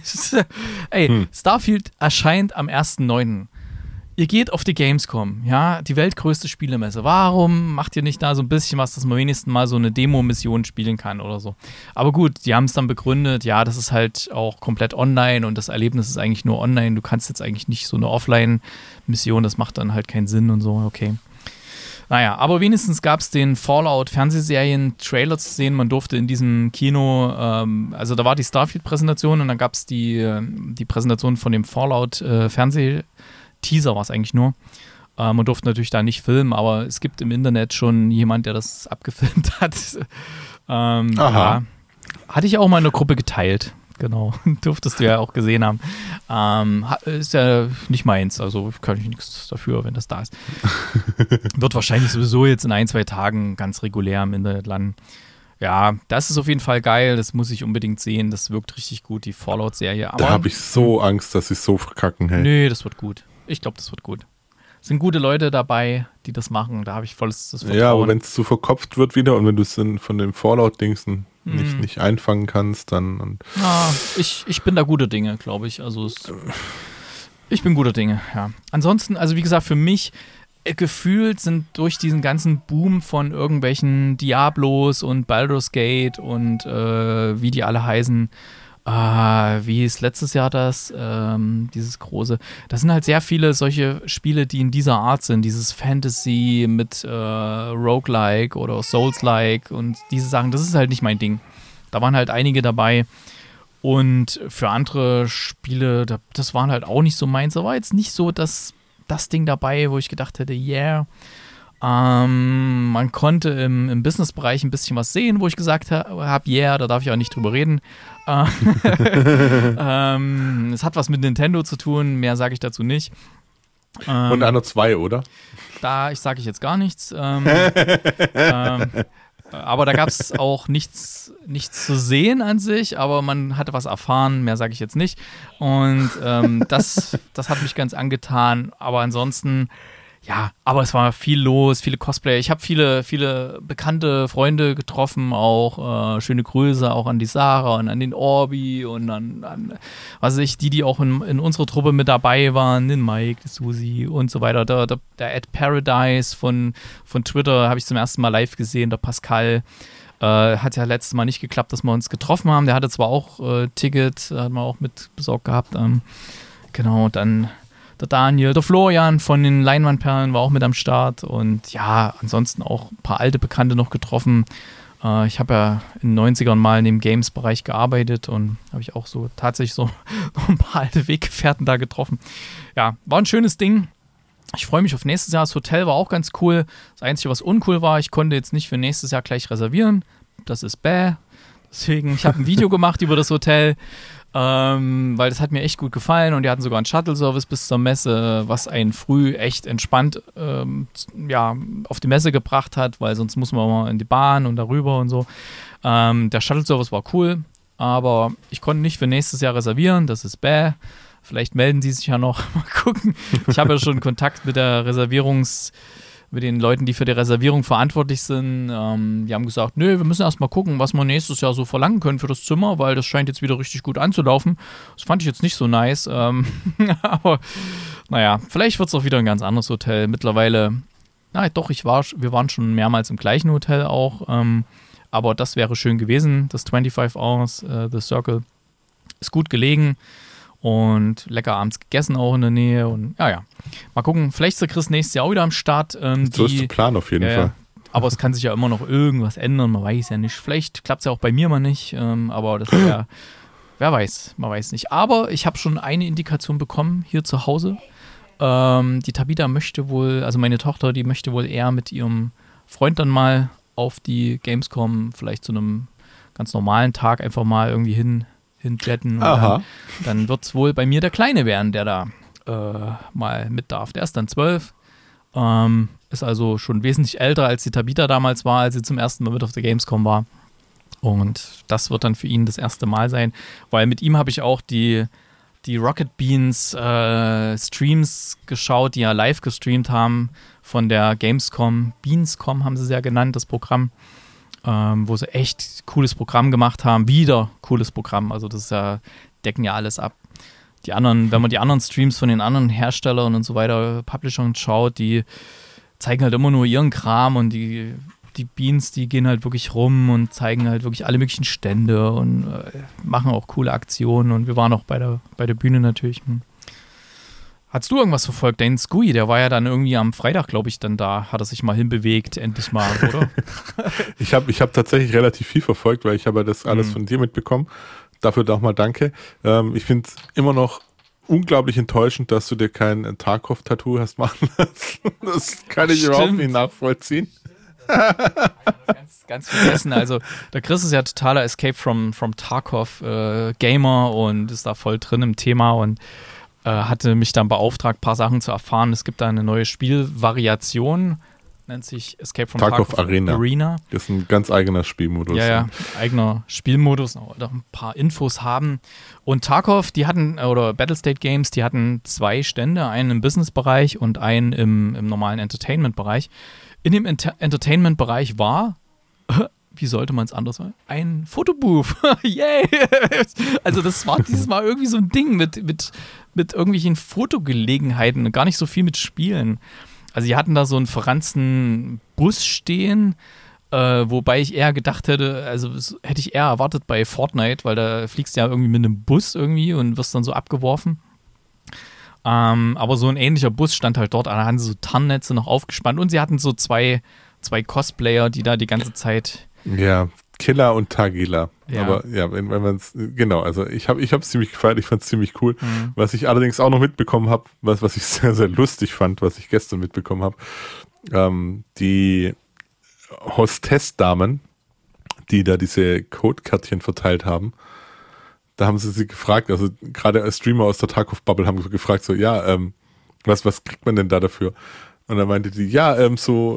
Ey, Starfield erscheint am 1.9. Ihr geht auf die Gamescom, ja, die weltgrößte Spielemesse. Warum macht ihr nicht da so ein bisschen was, dass man wenigstens mal so eine Demo-Mission spielen kann oder so? Aber gut, die haben es dann begründet, ja, das ist halt auch komplett online und das Erlebnis ist eigentlich nur online. Du kannst jetzt eigentlich nicht so eine Offline-Mission, das macht dann halt keinen Sinn und so, okay. Naja, aber wenigstens gab es den Fallout-Fernsehserien-Trailer zu sehen. Man durfte in diesem Kino, also da war die Starfield-Präsentation und dann gab es die Präsentation von dem Fallout-Teaser war es eigentlich nur. Man durfte natürlich da nicht filmen, aber es gibt im Internet schon jemand, der das abgefilmt hat. Ja, hatte ich auch mal in der Gruppe geteilt. Genau, durftest du ja auch gesehen haben. Ist ja nicht meins, also kann ich nichts dafür, wenn das da ist. Wird wahrscheinlich sowieso jetzt in 1-2 Tagen ganz regulär im Internet landen. Ja, das ist auf jeden Fall geil, das muss ich unbedingt sehen, das wirkt richtig gut, die Fallout-Serie. Da habe ich so Angst, dass sie es so verkacken. Hey. Nee, das wird gut. Ich glaube, das wird gut. Es sind gute Leute dabei, die das machen, da habe ich volles Vertrauen. Ja, aber wenn es zu verkopft wird wieder und wenn du es von dem Fallout-Dingsen nicht einfangen kannst, dann... Ja, ich bin da guter Dinge, glaube ich. Also ich bin guter Dinge, ja. Ansonsten, also wie gesagt, für mich gefühlt sind durch diesen ganzen Boom von irgendwelchen Diablos und Baldur's Gate und wie die alle heißen, wie ist letztes Jahr dieses große, das sind halt sehr viele solche Spiele, die in dieser Art sind, dieses Fantasy mit Roguelike oder Souls-like und diese Sachen, das ist halt nicht mein Ding. Da waren halt einige dabei und für andere Spiele, das waren halt auch nicht so meins, da war jetzt nicht so das Ding dabei, wo ich gedacht hätte, yeah. Man konnte im Business-Bereich ein bisschen was sehen, wo ich gesagt habe, yeah, da darf ich auch nicht drüber reden. Es hat was mit Nintendo zu tun, mehr sage ich dazu nicht. Und einer 2, oder? Ich sage jetzt gar nichts. Aber da gab es auch nichts zu sehen an sich, aber man hatte was erfahren, mehr sage ich jetzt nicht. Und das hat mich ganz angetan. Aber ansonsten, Ja, aber es war viel los, viele Cosplayer. Ich habe viele bekannte Freunde getroffen, auch schöne Grüße auch an die Sarah und an den Orbi und an was weiß ich, die auch in unserer Truppe mit dabei waren, den Mike, die Susi und so weiter. Der Ed Paradise von Twitter habe ich zum ersten Mal live gesehen, der Pascal. Hat ja letztes Mal nicht geklappt, dass wir uns getroffen haben. Der hatte zwar auch Ticket, hat man auch mit besorgt gehabt. Genau, dann der Daniel, der Florian von den Leinwandperlen war auch mit am Start und ja, ansonsten auch ein paar alte Bekannte noch getroffen. Ich habe ja in den 90ern mal in dem Games-Bereich gearbeitet und habe ich auch so tatsächlich so noch ein paar alte Weggefährten da getroffen. Ja, war ein schönes Ding. Ich freue mich auf nächstes Jahr. Das Hotel war auch ganz cool. Das Einzige, was uncool war, ich konnte jetzt nicht für nächstes Jahr gleich reservieren. Das ist bäh. Deswegen, ich habe ein Video gemacht über das Hotel, weil das hat mir echt gut gefallen und die hatten sogar einen Shuttle-Service bis zur Messe, was einen früh echt entspannt auf die Messe gebracht hat, weil sonst muss man mal in die Bahn und darüber und so. Der Shuttle-Service war cool, aber ich konnte nicht für nächstes Jahr reservieren. Das ist bäh. Vielleicht melden die sich ja noch. Mal gucken. Ich habe ja schon Kontakt mit mit den Leuten, die für die Reservierung verantwortlich sind. Die haben gesagt, nö, wir müssen erst mal gucken, was wir nächstes Jahr so verlangen können für das Zimmer, weil das scheint jetzt wieder richtig gut anzulaufen. Das fand ich jetzt nicht so nice. Aber naja, vielleicht wird es auch wieder ein ganz anderes Hotel. Mittlerweile, wir waren schon mehrmals im gleichen Hotel auch. Aber das wäre schön gewesen. Das 25 Hours, The Circle, ist gut gelegen. Und lecker abends gegessen auch in der Nähe. Und ja. Mal gucken, vielleicht ist der Chris nächstes Jahr auch wieder am Start. So ist der Plan auf jeden Fall. Aber es kann sich ja immer noch irgendwas ändern, man weiß ja nicht. Vielleicht klappt es ja auch bei mir mal nicht. Aber das wäre, wer weiß, man weiß nicht. Aber ich habe schon eine Indikation bekommen hier zu Hause. Die Tabita möchte wohl, also meine Tochter, die möchte wohl eher mit ihrem Freund dann mal auf die Gamescom, vielleicht zu einem ganz normalen Tag einfach mal irgendwie hinjetten. Dann wird es wohl bei mir der Kleine werden, der da mal mit darf. Der ist dann 12. Ist also schon wesentlich älter, als die Tabita damals war, als sie zum ersten Mal mit auf der Gamescom war. Und das wird dann für ihn das erste Mal sein, weil mit ihm habe ich auch die Rocket Beans Streams geschaut, die ja live gestreamt haben von der Gamescom. Beanscom haben sie es ja genannt, das Programm. Wo sie echt cooles Programm gemacht haben. Wieder cooles Programm. Also das ist ja, decken ja alles ab. Die anderen, wenn man die anderen Streams von den anderen Herstellern und so weiter, Publishern schaut, die zeigen halt immer nur ihren Kram und die Beans, die gehen halt wirklich rum und zeigen halt wirklich alle möglichen Stände und machen auch coole Aktionen und wir waren auch bei der Bühne natürlich. Hast du irgendwas verfolgt? Dein Scooey, der war ja dann irgendwie am Freitag, glaube ich, dann da, hat er sich mal hinbewegt, endlich mal, oder? Ich hab tatsächlich relativ viel verfolgt, weil ich habe das alles von dir mitbekommen. Dafür auch mal danke. Ich finde es immer noch unglaublich enttäuschend, dass du dir kein Tarkov-Tattoo hast machen lassen. Das kann ich überhaupt nicht nachvollziehen. Ganz vergessen. Also der Chris ist ja totaler Escape from Tarkov Gamer und ist da voll drin im Thema und hatte mich dann beauftragt, ein paar Sachen zu erfahren. Es gibt da eine neue Spielvariation, nennt sich Escape from Tarkov Arena. Das ist ein ganz eigener Spielmodus. Ja, eigener Spielmodus, oder ein paar Infos haben. Und Tarkov, oder Battlestate Games, die hatten 2 Stände, einen im Business-Bereich und einen im normalen Entertainment-Bereich. In dem Entertainment-Bereich war, wie sollte man es anders sagen, ein Fotobooth. Yay! Also das war dieses Mal irgendwie so ein Ding mit irgendwelchen Fotogelegenheiten und gar nicht so viel mit Spielen. Also die hatten da so einen verranzten Bus stehen, wobei ich eher gedacht hätte, also hätte ich eher erwartet bei Fortnite, weil da fliegst du ja irgendwie mit einem Bus irgendwie und wirst dann so abgeworfen. Aber so ein ähnlicher Bus stand halt dort, da hatten sie so Tarnnetze noch aufgespannt und sie hatten so zwei Cosplayer, die da die ganze Zeit... Ja, Killer und Tagila. Ja. Aber ja, wenn man es, genau, also ich habe es ziemlich gefeiert, ich fand es ziemlich cool. Was ich allerdings auch noch mitbekommen habe, was ich sehr, sehr lustig fand, was ich gestern mitbekommen habe, die Hostess-Damen, die da diese Codekärtchen verteilt haben, da haben sie gefragt, also gerade als Streamer aus der Tarkov-Bubble haben sie gefragt, so, ja, was kriegt man denn da dafür? Und dann meinte die, ja, so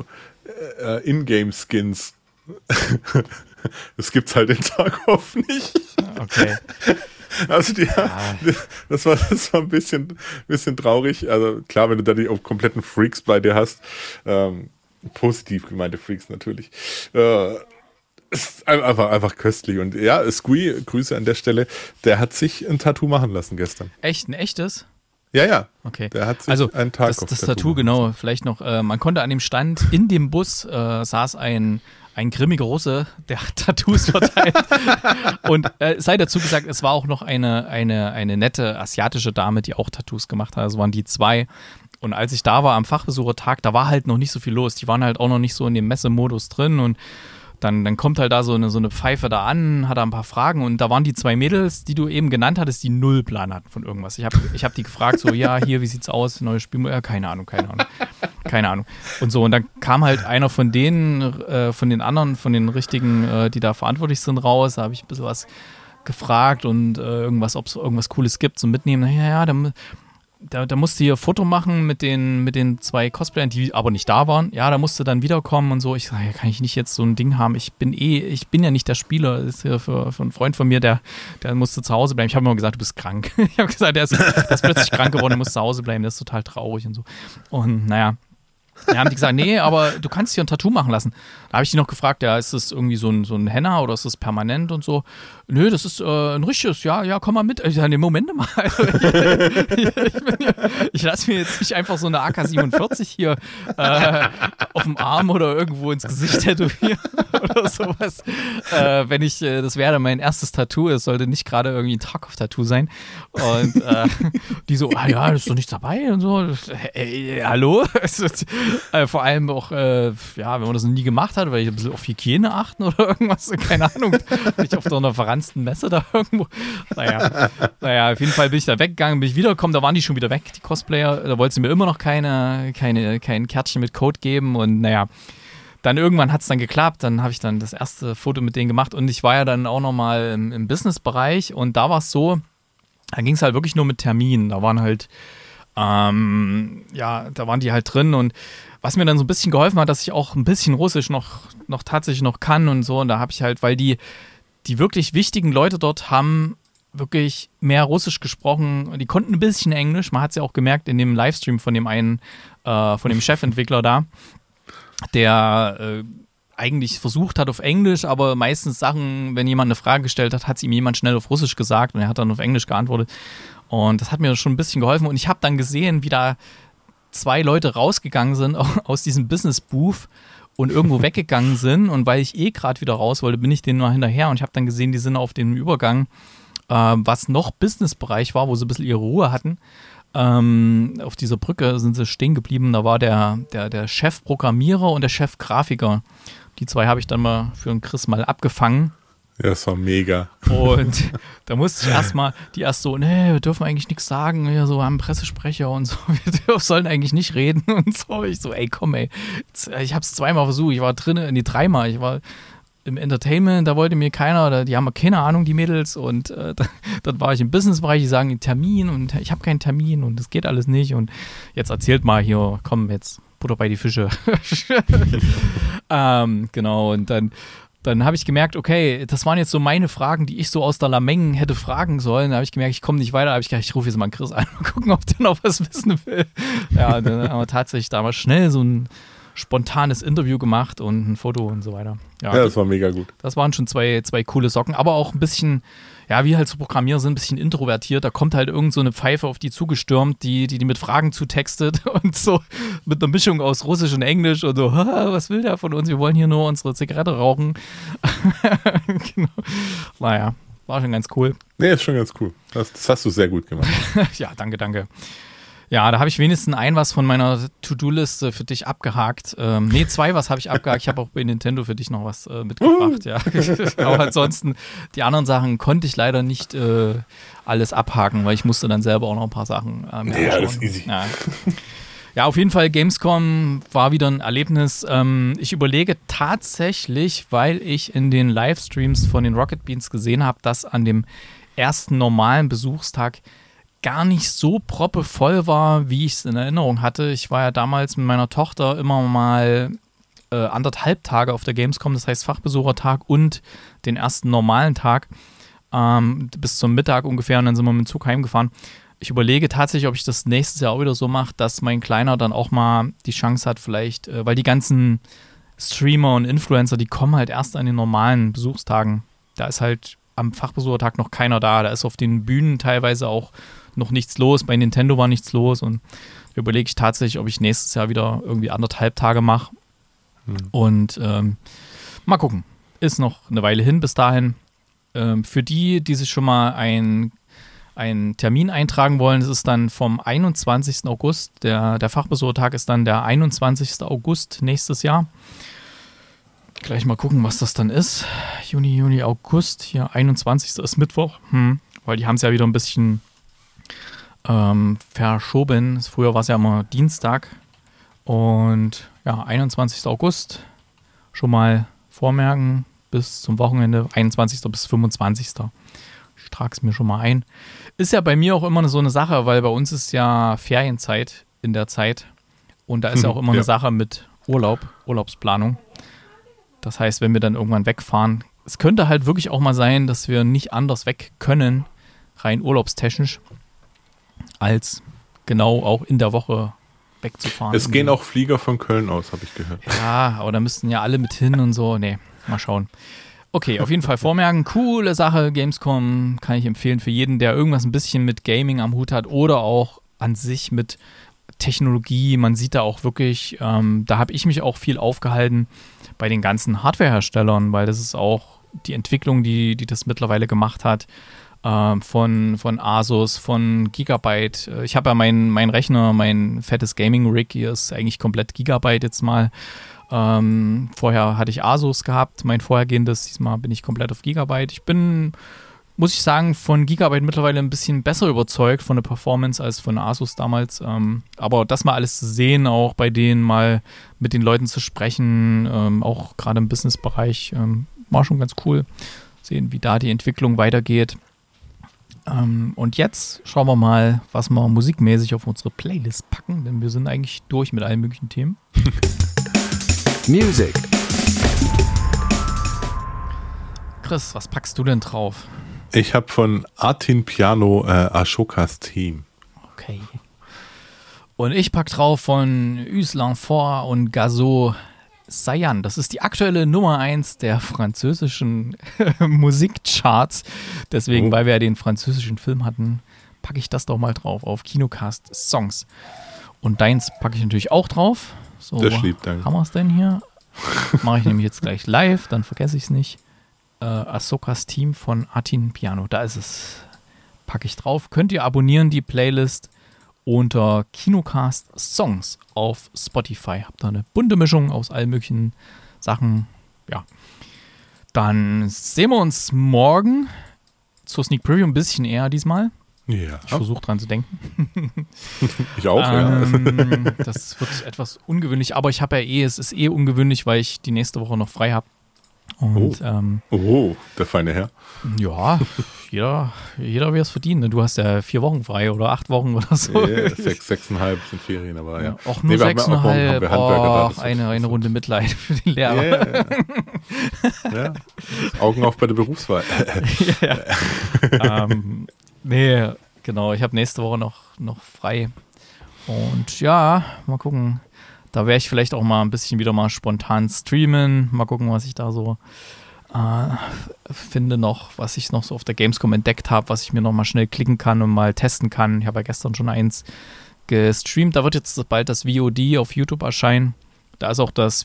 Ingame-Skins. Das gibt's halt in Tarkov nicht. Okay. Also das war ein bisschen traurig. Also klar, wenn du da die kompletten Freaks bei dir hast, positiv gemeinte Freaks natürlich, ist einfach köstlich. Und ja, Squee, Grüße an der Stelle, der hat sich ein Tattoo machen lassen gestern. Echt? Ein echtes? Ja. Okay. Der hat sich einen Tag das Tattoo, genau, vielleicht noch, man konnte an dem Stand, in dem Bus saß ein grimmiger Russe, der hat Tattoos verteilt. Und sei dazu gesagt, es war auch noch eine nette asiatische Dame, die auch Tattoos gemacht hat. Also waren die zwei. Und als ich da war am Fachbesuchertag, da war halt noch nicht so viel los. Die waren halt auch noch nicht so in dem Messemodus drin. Und dann kommt halt da so eine Pfeife da an, hat da ein paar Fragen. Und da waren die zwei Mädels, die du eben genannt hattest, die null Plan hatten von irgendwas. Ich hab die gefragt, so, ja, hier, wie sieht's aus? Neues Spiel? Ja, keine Ahnung. Und so, und dann kam halt einer von denen, von den anderen, von den richtigen, die da verantwortlich sind, raus. Da habe ich ein bisschen was gefragt und ob es irgendwas Cooles gibt zum Mitnehmen. Ja, da musste hier ein Foto machen mit den zwei Cosplayern, die aber nicht da waren. Ja, da musste dann wiederkommen und so. Ich sage, ja, kann ich nicht jetzt so ein Ding haben? Ich bin ja nicht der Spieler. Das ist hier für einen Freund von mir, der musste zu Hause bleiben. Ich habe immer gesagt, du bist krank. Ich habe gesagt, der ist plötzlich krank geworden, der muss zu Hause bleiben. Der ist total traurig und so. Und naja, da haben die gesagt, nee, aber du kannst hier ein Tattoo machen lassen. Da habe ich die noch gefragt, ja, ist das irgendwie so ein Henna oder ist das permanent und so? Nö, das ist ein richtiges, ja, komm mal mit. Ich sage, nee, Moment mal. Ich lasse mir jetzt nicht einfach so eine AK-47 hier auf dem Arm oder irgendwo ins Gesicht tätowieren oder sowas. Das wäre dann mein erstes Tattoo, es sollte nicht gerade irgendwie ein Tarkov-Tattoo sein. Und die so, ja, das ist doch nichts dabei und so. Hallo? Vor allem auch, wenn man das noch nie gemacht hat, weil ich ein bisschen auf Hygiene achten oder irgendwas, keine Ahnung. Ich auf so einer verranzten Messe da irgendwo. Naja, auf jeden Fall bin ich da weggegangen, bin ich wiedergekommen, da waren die schon wieder weg, die Cosplayer. Da wollten sie mir immer noch kein Kärtchen mit Code geben und naja. Dann irgendwann hat es dann geklappt, dann habe ich dann das erste Foto mit denen gemacht und ich war ja dann auch nochmal im Business-Bereich und da war es so, da ging es halt wirklich nur mit Terminen. Da waren halt da waren die halt drin und was mir dann so ein bisschen geholfen hat, dass ich auch ein bisschen Russisch noch tatsächlich noch kann und so und da habe ich halt, weil die wirklich wichtigen Leute dort haben wirklich mehr Russisch gesprochen, die konnten ein bisschen Englisch, man hat es ja auch gemerkt in dem Livestream von dem einen, von dem Chefentwickler da, der eigentlich versucht hat auf Englisch, aber meistens Sachen, wenn jemand eine Frage gestellt hat, hat es ihm jemand schnell auf Russisch gesagt und er hat dann auf Englisch geantwortet. Und das hat mir schon ein bisschen geholfen. Und ich habe dann gesehen, wie da zwei Leute rausgegangen sind aus diesem Business-Booth und irgendwo weggegangen sind. Und weil ich gerade wieder raus wollte, bin ich denen mal hinterher. Und ich habe dann gesehen, die sind auf dem Übergang, was noch Business-Bereich war, wo sie ein bisschen ihre Ruhe hatten. Auf dieser Brücke sind sie stehen geblieben. Da war der Chef-Programmierer und der Chef-Grafiker. Die zwei habe ich dann mal für den Chris mal abgefangen. Ja, das war mega. Und da musste ich erst so, nee, wir dürfen eigentlich nichts sagen, wir so haben Pressesprecher und so, wir sollen eigentlich nicht reden und so. Ich so, ey, komm, ey, ich hab's zweimal versucht, ich war dreimal, ich war im Entertainment, da wollte mir keiner, die haben keine Ahnung, die Mädels und dann war ich im Businessbereich, die sagen Termin und ich habe keinen Termin und das geht alles nicht und jetzt erzählt mal hier, komm jetzt, Butter bei die Fische. Genau, und dann habe ich gemerkt, okay, das waren jetzt so meine Fragen, die ich so aus der Lameng hätte fragen sollen. Da habe ich gemerkt, ich komme nicht weiter. Da habe ich gedacht, ich rufe jetzt mal einen Chris an und gucken, ob der noch was wissen will. Ja, dann haben wir tatsächlich damals schnell so ein spontanes Interview gemacht und ein Foto und so weiter. Ja, das war mega gut. Das waren schon zwei coole Socken, aber auch ein bisschen, ja, wie halt so Programmierer sind, ein bisschen introvertiert. Da kommt halt irgend so eine Pfeife auf die zugestürmt, die mit Fragen zutextet und so mit einer Mischung aus Russisch und Englisch und so, was will der von uns? Wir wollen hier nur unsere Zigarette rauchen. Genau. Naja, war schon ganz cool. Nee, ist schon ganz cool. Das hast du sehr gut gemacht. Ja, danke. Ja, da habe ich wenigstens was von meiner To-Do-Liste für dich abgehakt. Was habe ich abgehakt. Ich habe auch bei Nintendo für dich noch was mitgebracht. Ja. Aber ansonsten, die anderen Sachen konnte ich leider nicht alles abhaken, weil ich musste dann selber auch noch ein paar Sachen ja, das ist easy. Ja, auf jeden Fall, Gamescom war wieder ein Erlebnis. Ich überlege tatsächlich, weil ich in den Livestreams von den Rocket Beans gesehen habe, dass an dem ersten normalen Besuchstag gar nicht so proppevoll war, wie ich es in Erinnerung hatte. Ich war ja damals mit meiner Tochter immer mal 1,5 Tage auf der Gamescom, das heißt Fachbesuchertag und den ersten normalen Tag. bis zum Mittag ungefähr und dann sind wir mit dem Zug heimgefahren. Ich überlege tatsächlich, ob ich das nächstes Jahr auch wieder so mache, dass mein Kleiner dann auch mal die Chance hat, vielleicht, weil die ganzen Streamer und Influencer, die kommen halt erst an den normalen Besuchstagen. Da ist halt am Fachbesuchertag noch keiner da. Da ist auf den Bühnen teilweise auch noch nichts los. Bei Nintendo war nichts los und da überlege ich tatsächlich, ob ich nächstes Jahr wieder irgendwie 1,5 Tage mache. Und mal gucken. Ist noch eine Weile hin bis dahin. Für die sich schon mal einen Termin eintragen wollen, das ist dann vom 21. August. Der Fachbesuchertag ist dann der 21. August nächstes Jahr. Gleich mal gucken, was das dann ist. Juni, August. Hier 21. ist Mittwoch. Weil die haben es ja wieder ein bisschen verschoben. Früher war es ja immer Dienstag. Und ja, 21. August. Schon mal vormerken bis zum Wochenende. 21. bis 25. Ich trage es mir schon mal ein. Ist ja bei mir auch immer so eine Sache, weil bei uns ist ja Ferienzeit in der Zeit. Und da ist ja auch immer eine Sache mit Urlaubsplanung. Das heißt, wenn wir dann irgendwann wegfahren, es könnte halt wirklich auch mal sein, dass wir nicht anders weg können, rein urlaubstechnisch, als genau auch in der Woche wegzufahren. Es gehen auch Flieger von Köln aus, habe ich gehört. Ja, aber da müssten ja alle mit hin und so. Nee, mal schauen. Okay, auf jeden Fall vormerken. Coole Sache, Gamescom kann ich empfehlen für jeden, der irgendwas ein bisschen mit Gaming am Hut hat oder auch an sich mit Technologie. Man sieht da auch wirklich, da habe ich mich auch viel aufgehalten bei den ganzen Hardwareherstellern, weil das ist auch die Entwicklung, die das mittlerweile gemacht hat, von Asus, von Gigabyte. Ich habe ja meinen Rechner, mein fettes Gaming-Rig, hier ist eigentlich komplett Gigabyte jetzt mal. Vorher hatte ich Asus gehabt, mein vorhergehendes, diesmal bin ich komplett auf Gigabyte. Ich bin, muss ich sagen, von Gigabyte mittlerweile ein bisschen besser überzeugt von der Performance als von Asus damals. Aber das mal alles zu sehen, auch bei denen mal mit den Leuten zu sprechen, auch gerade im Businessbereich, war schon ganz cool. Sehen, wie da die Entwicklung weitergeht. Und jetzt schauen wir mal, was wir musikmäßig auf unsere Playlist packen, denn wir sind eigentlich durch mit allen möglichen Themen. Music. Chris, was packst du denn drauf? Ich habe von Artin Piano Ashokas Team. Okay. Und ich pack drauf von Yves Lanfort und Gazo Sayan. Das ist die aktuelle Nummer 1 der französischen Musikcharts. Deswegen, weil wir ja den französischen Film hatten, packe ich das doch mal drauf auf Kinocast Songs. Und deins packe ich natürlich auch drauf. So, Das lieb, danke. haben wir es denn hier? Mache ich nämlich jetzt gleich live, dann vergesse ich es nicht. Ahsokas Team von Artin Piano, da ist es. Packe ich drauf. Könnt ihr abonnieren, die Playlist unter Kinocast Songs auf Spotify. Habt da eine bunte Mischung aus allen möglichen Sachen. Ja. Dann sehen wir uns morgen zur Sneak Preview ein bisschen eher diesmal. Ja. Ich versuche dran zu denken. Ich auch, ja. Das wird etwas ungewöhnlich, aber ich habe ja es ist ungewöhnlich, weil ich die nächste Woche noch frei habe. Und der feine Herr. ja, jeder wie es verdient. Ne? Du hast ja 4 Wochen frei oder 8 Wochen oder so. Ja, 6,5 sind Ferien, aber ja. Auch nur 6,5. Oh, eine Runde Mitleid für den Lehrer. Ja. Augen auf bei der Berufswahl. Nee, genau. Ich habe nächste Woche noch frei. Und ja, mal gucken. Da werde ich vielleicht auch mal ein bisschen wieder mal spontan streamen. Mal gucken, was ich da so finde noch, was ich noch so auf der Gamescom entdeckt habe, was ich mir noch mal schnell klicken kann und mal testen kann. Ich habe ja gestern schon eins gestreamt. Da wird jetzt bald das VOD auf YouTube erscheinen. Da ist auch das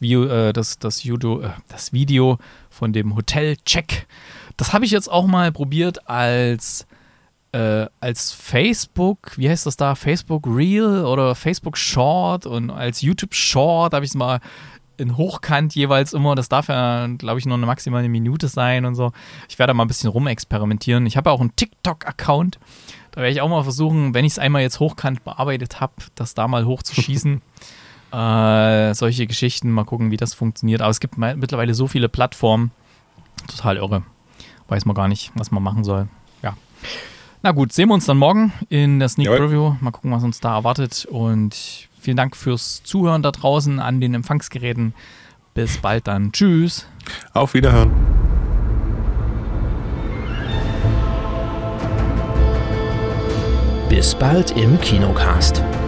Video von dem Hotel-Check. Das habe ich jetzt auch mal probiert als Facebook, wie heißt das da? Facebook Reel oder Facebook Short und als YouTube Short habe ich es mal in Hochkant jeweils immer. Das darf ja, glaube ich, nur maximal eine Minute sein und so. Ich werde da mal ein bisschen rumexperimentieren. Ich habe ja auch einen TikTok-Account. Da werde ich auch mal versuchen, wenn ich es einmal jetzt hochkant bearbeitet habe, das da mal hochzuschießen. Solche Geschichten, mal gucken, wie das funktioniert. Aber es gibt mittlerweile so viele Plattformen. Total irre. Weiß man gar nicht, was man machen soll. Ja. Na gut, sehen wir uns dann morgen in der Sneak Preview. Mal gucken, was uns da erwartet. Und vielen Dank fürs Zuhören da draußen an den Empfangsgeräten. Bis bald dann. Tschüss. Auf Wiederhören. Bis bald im Kinocast.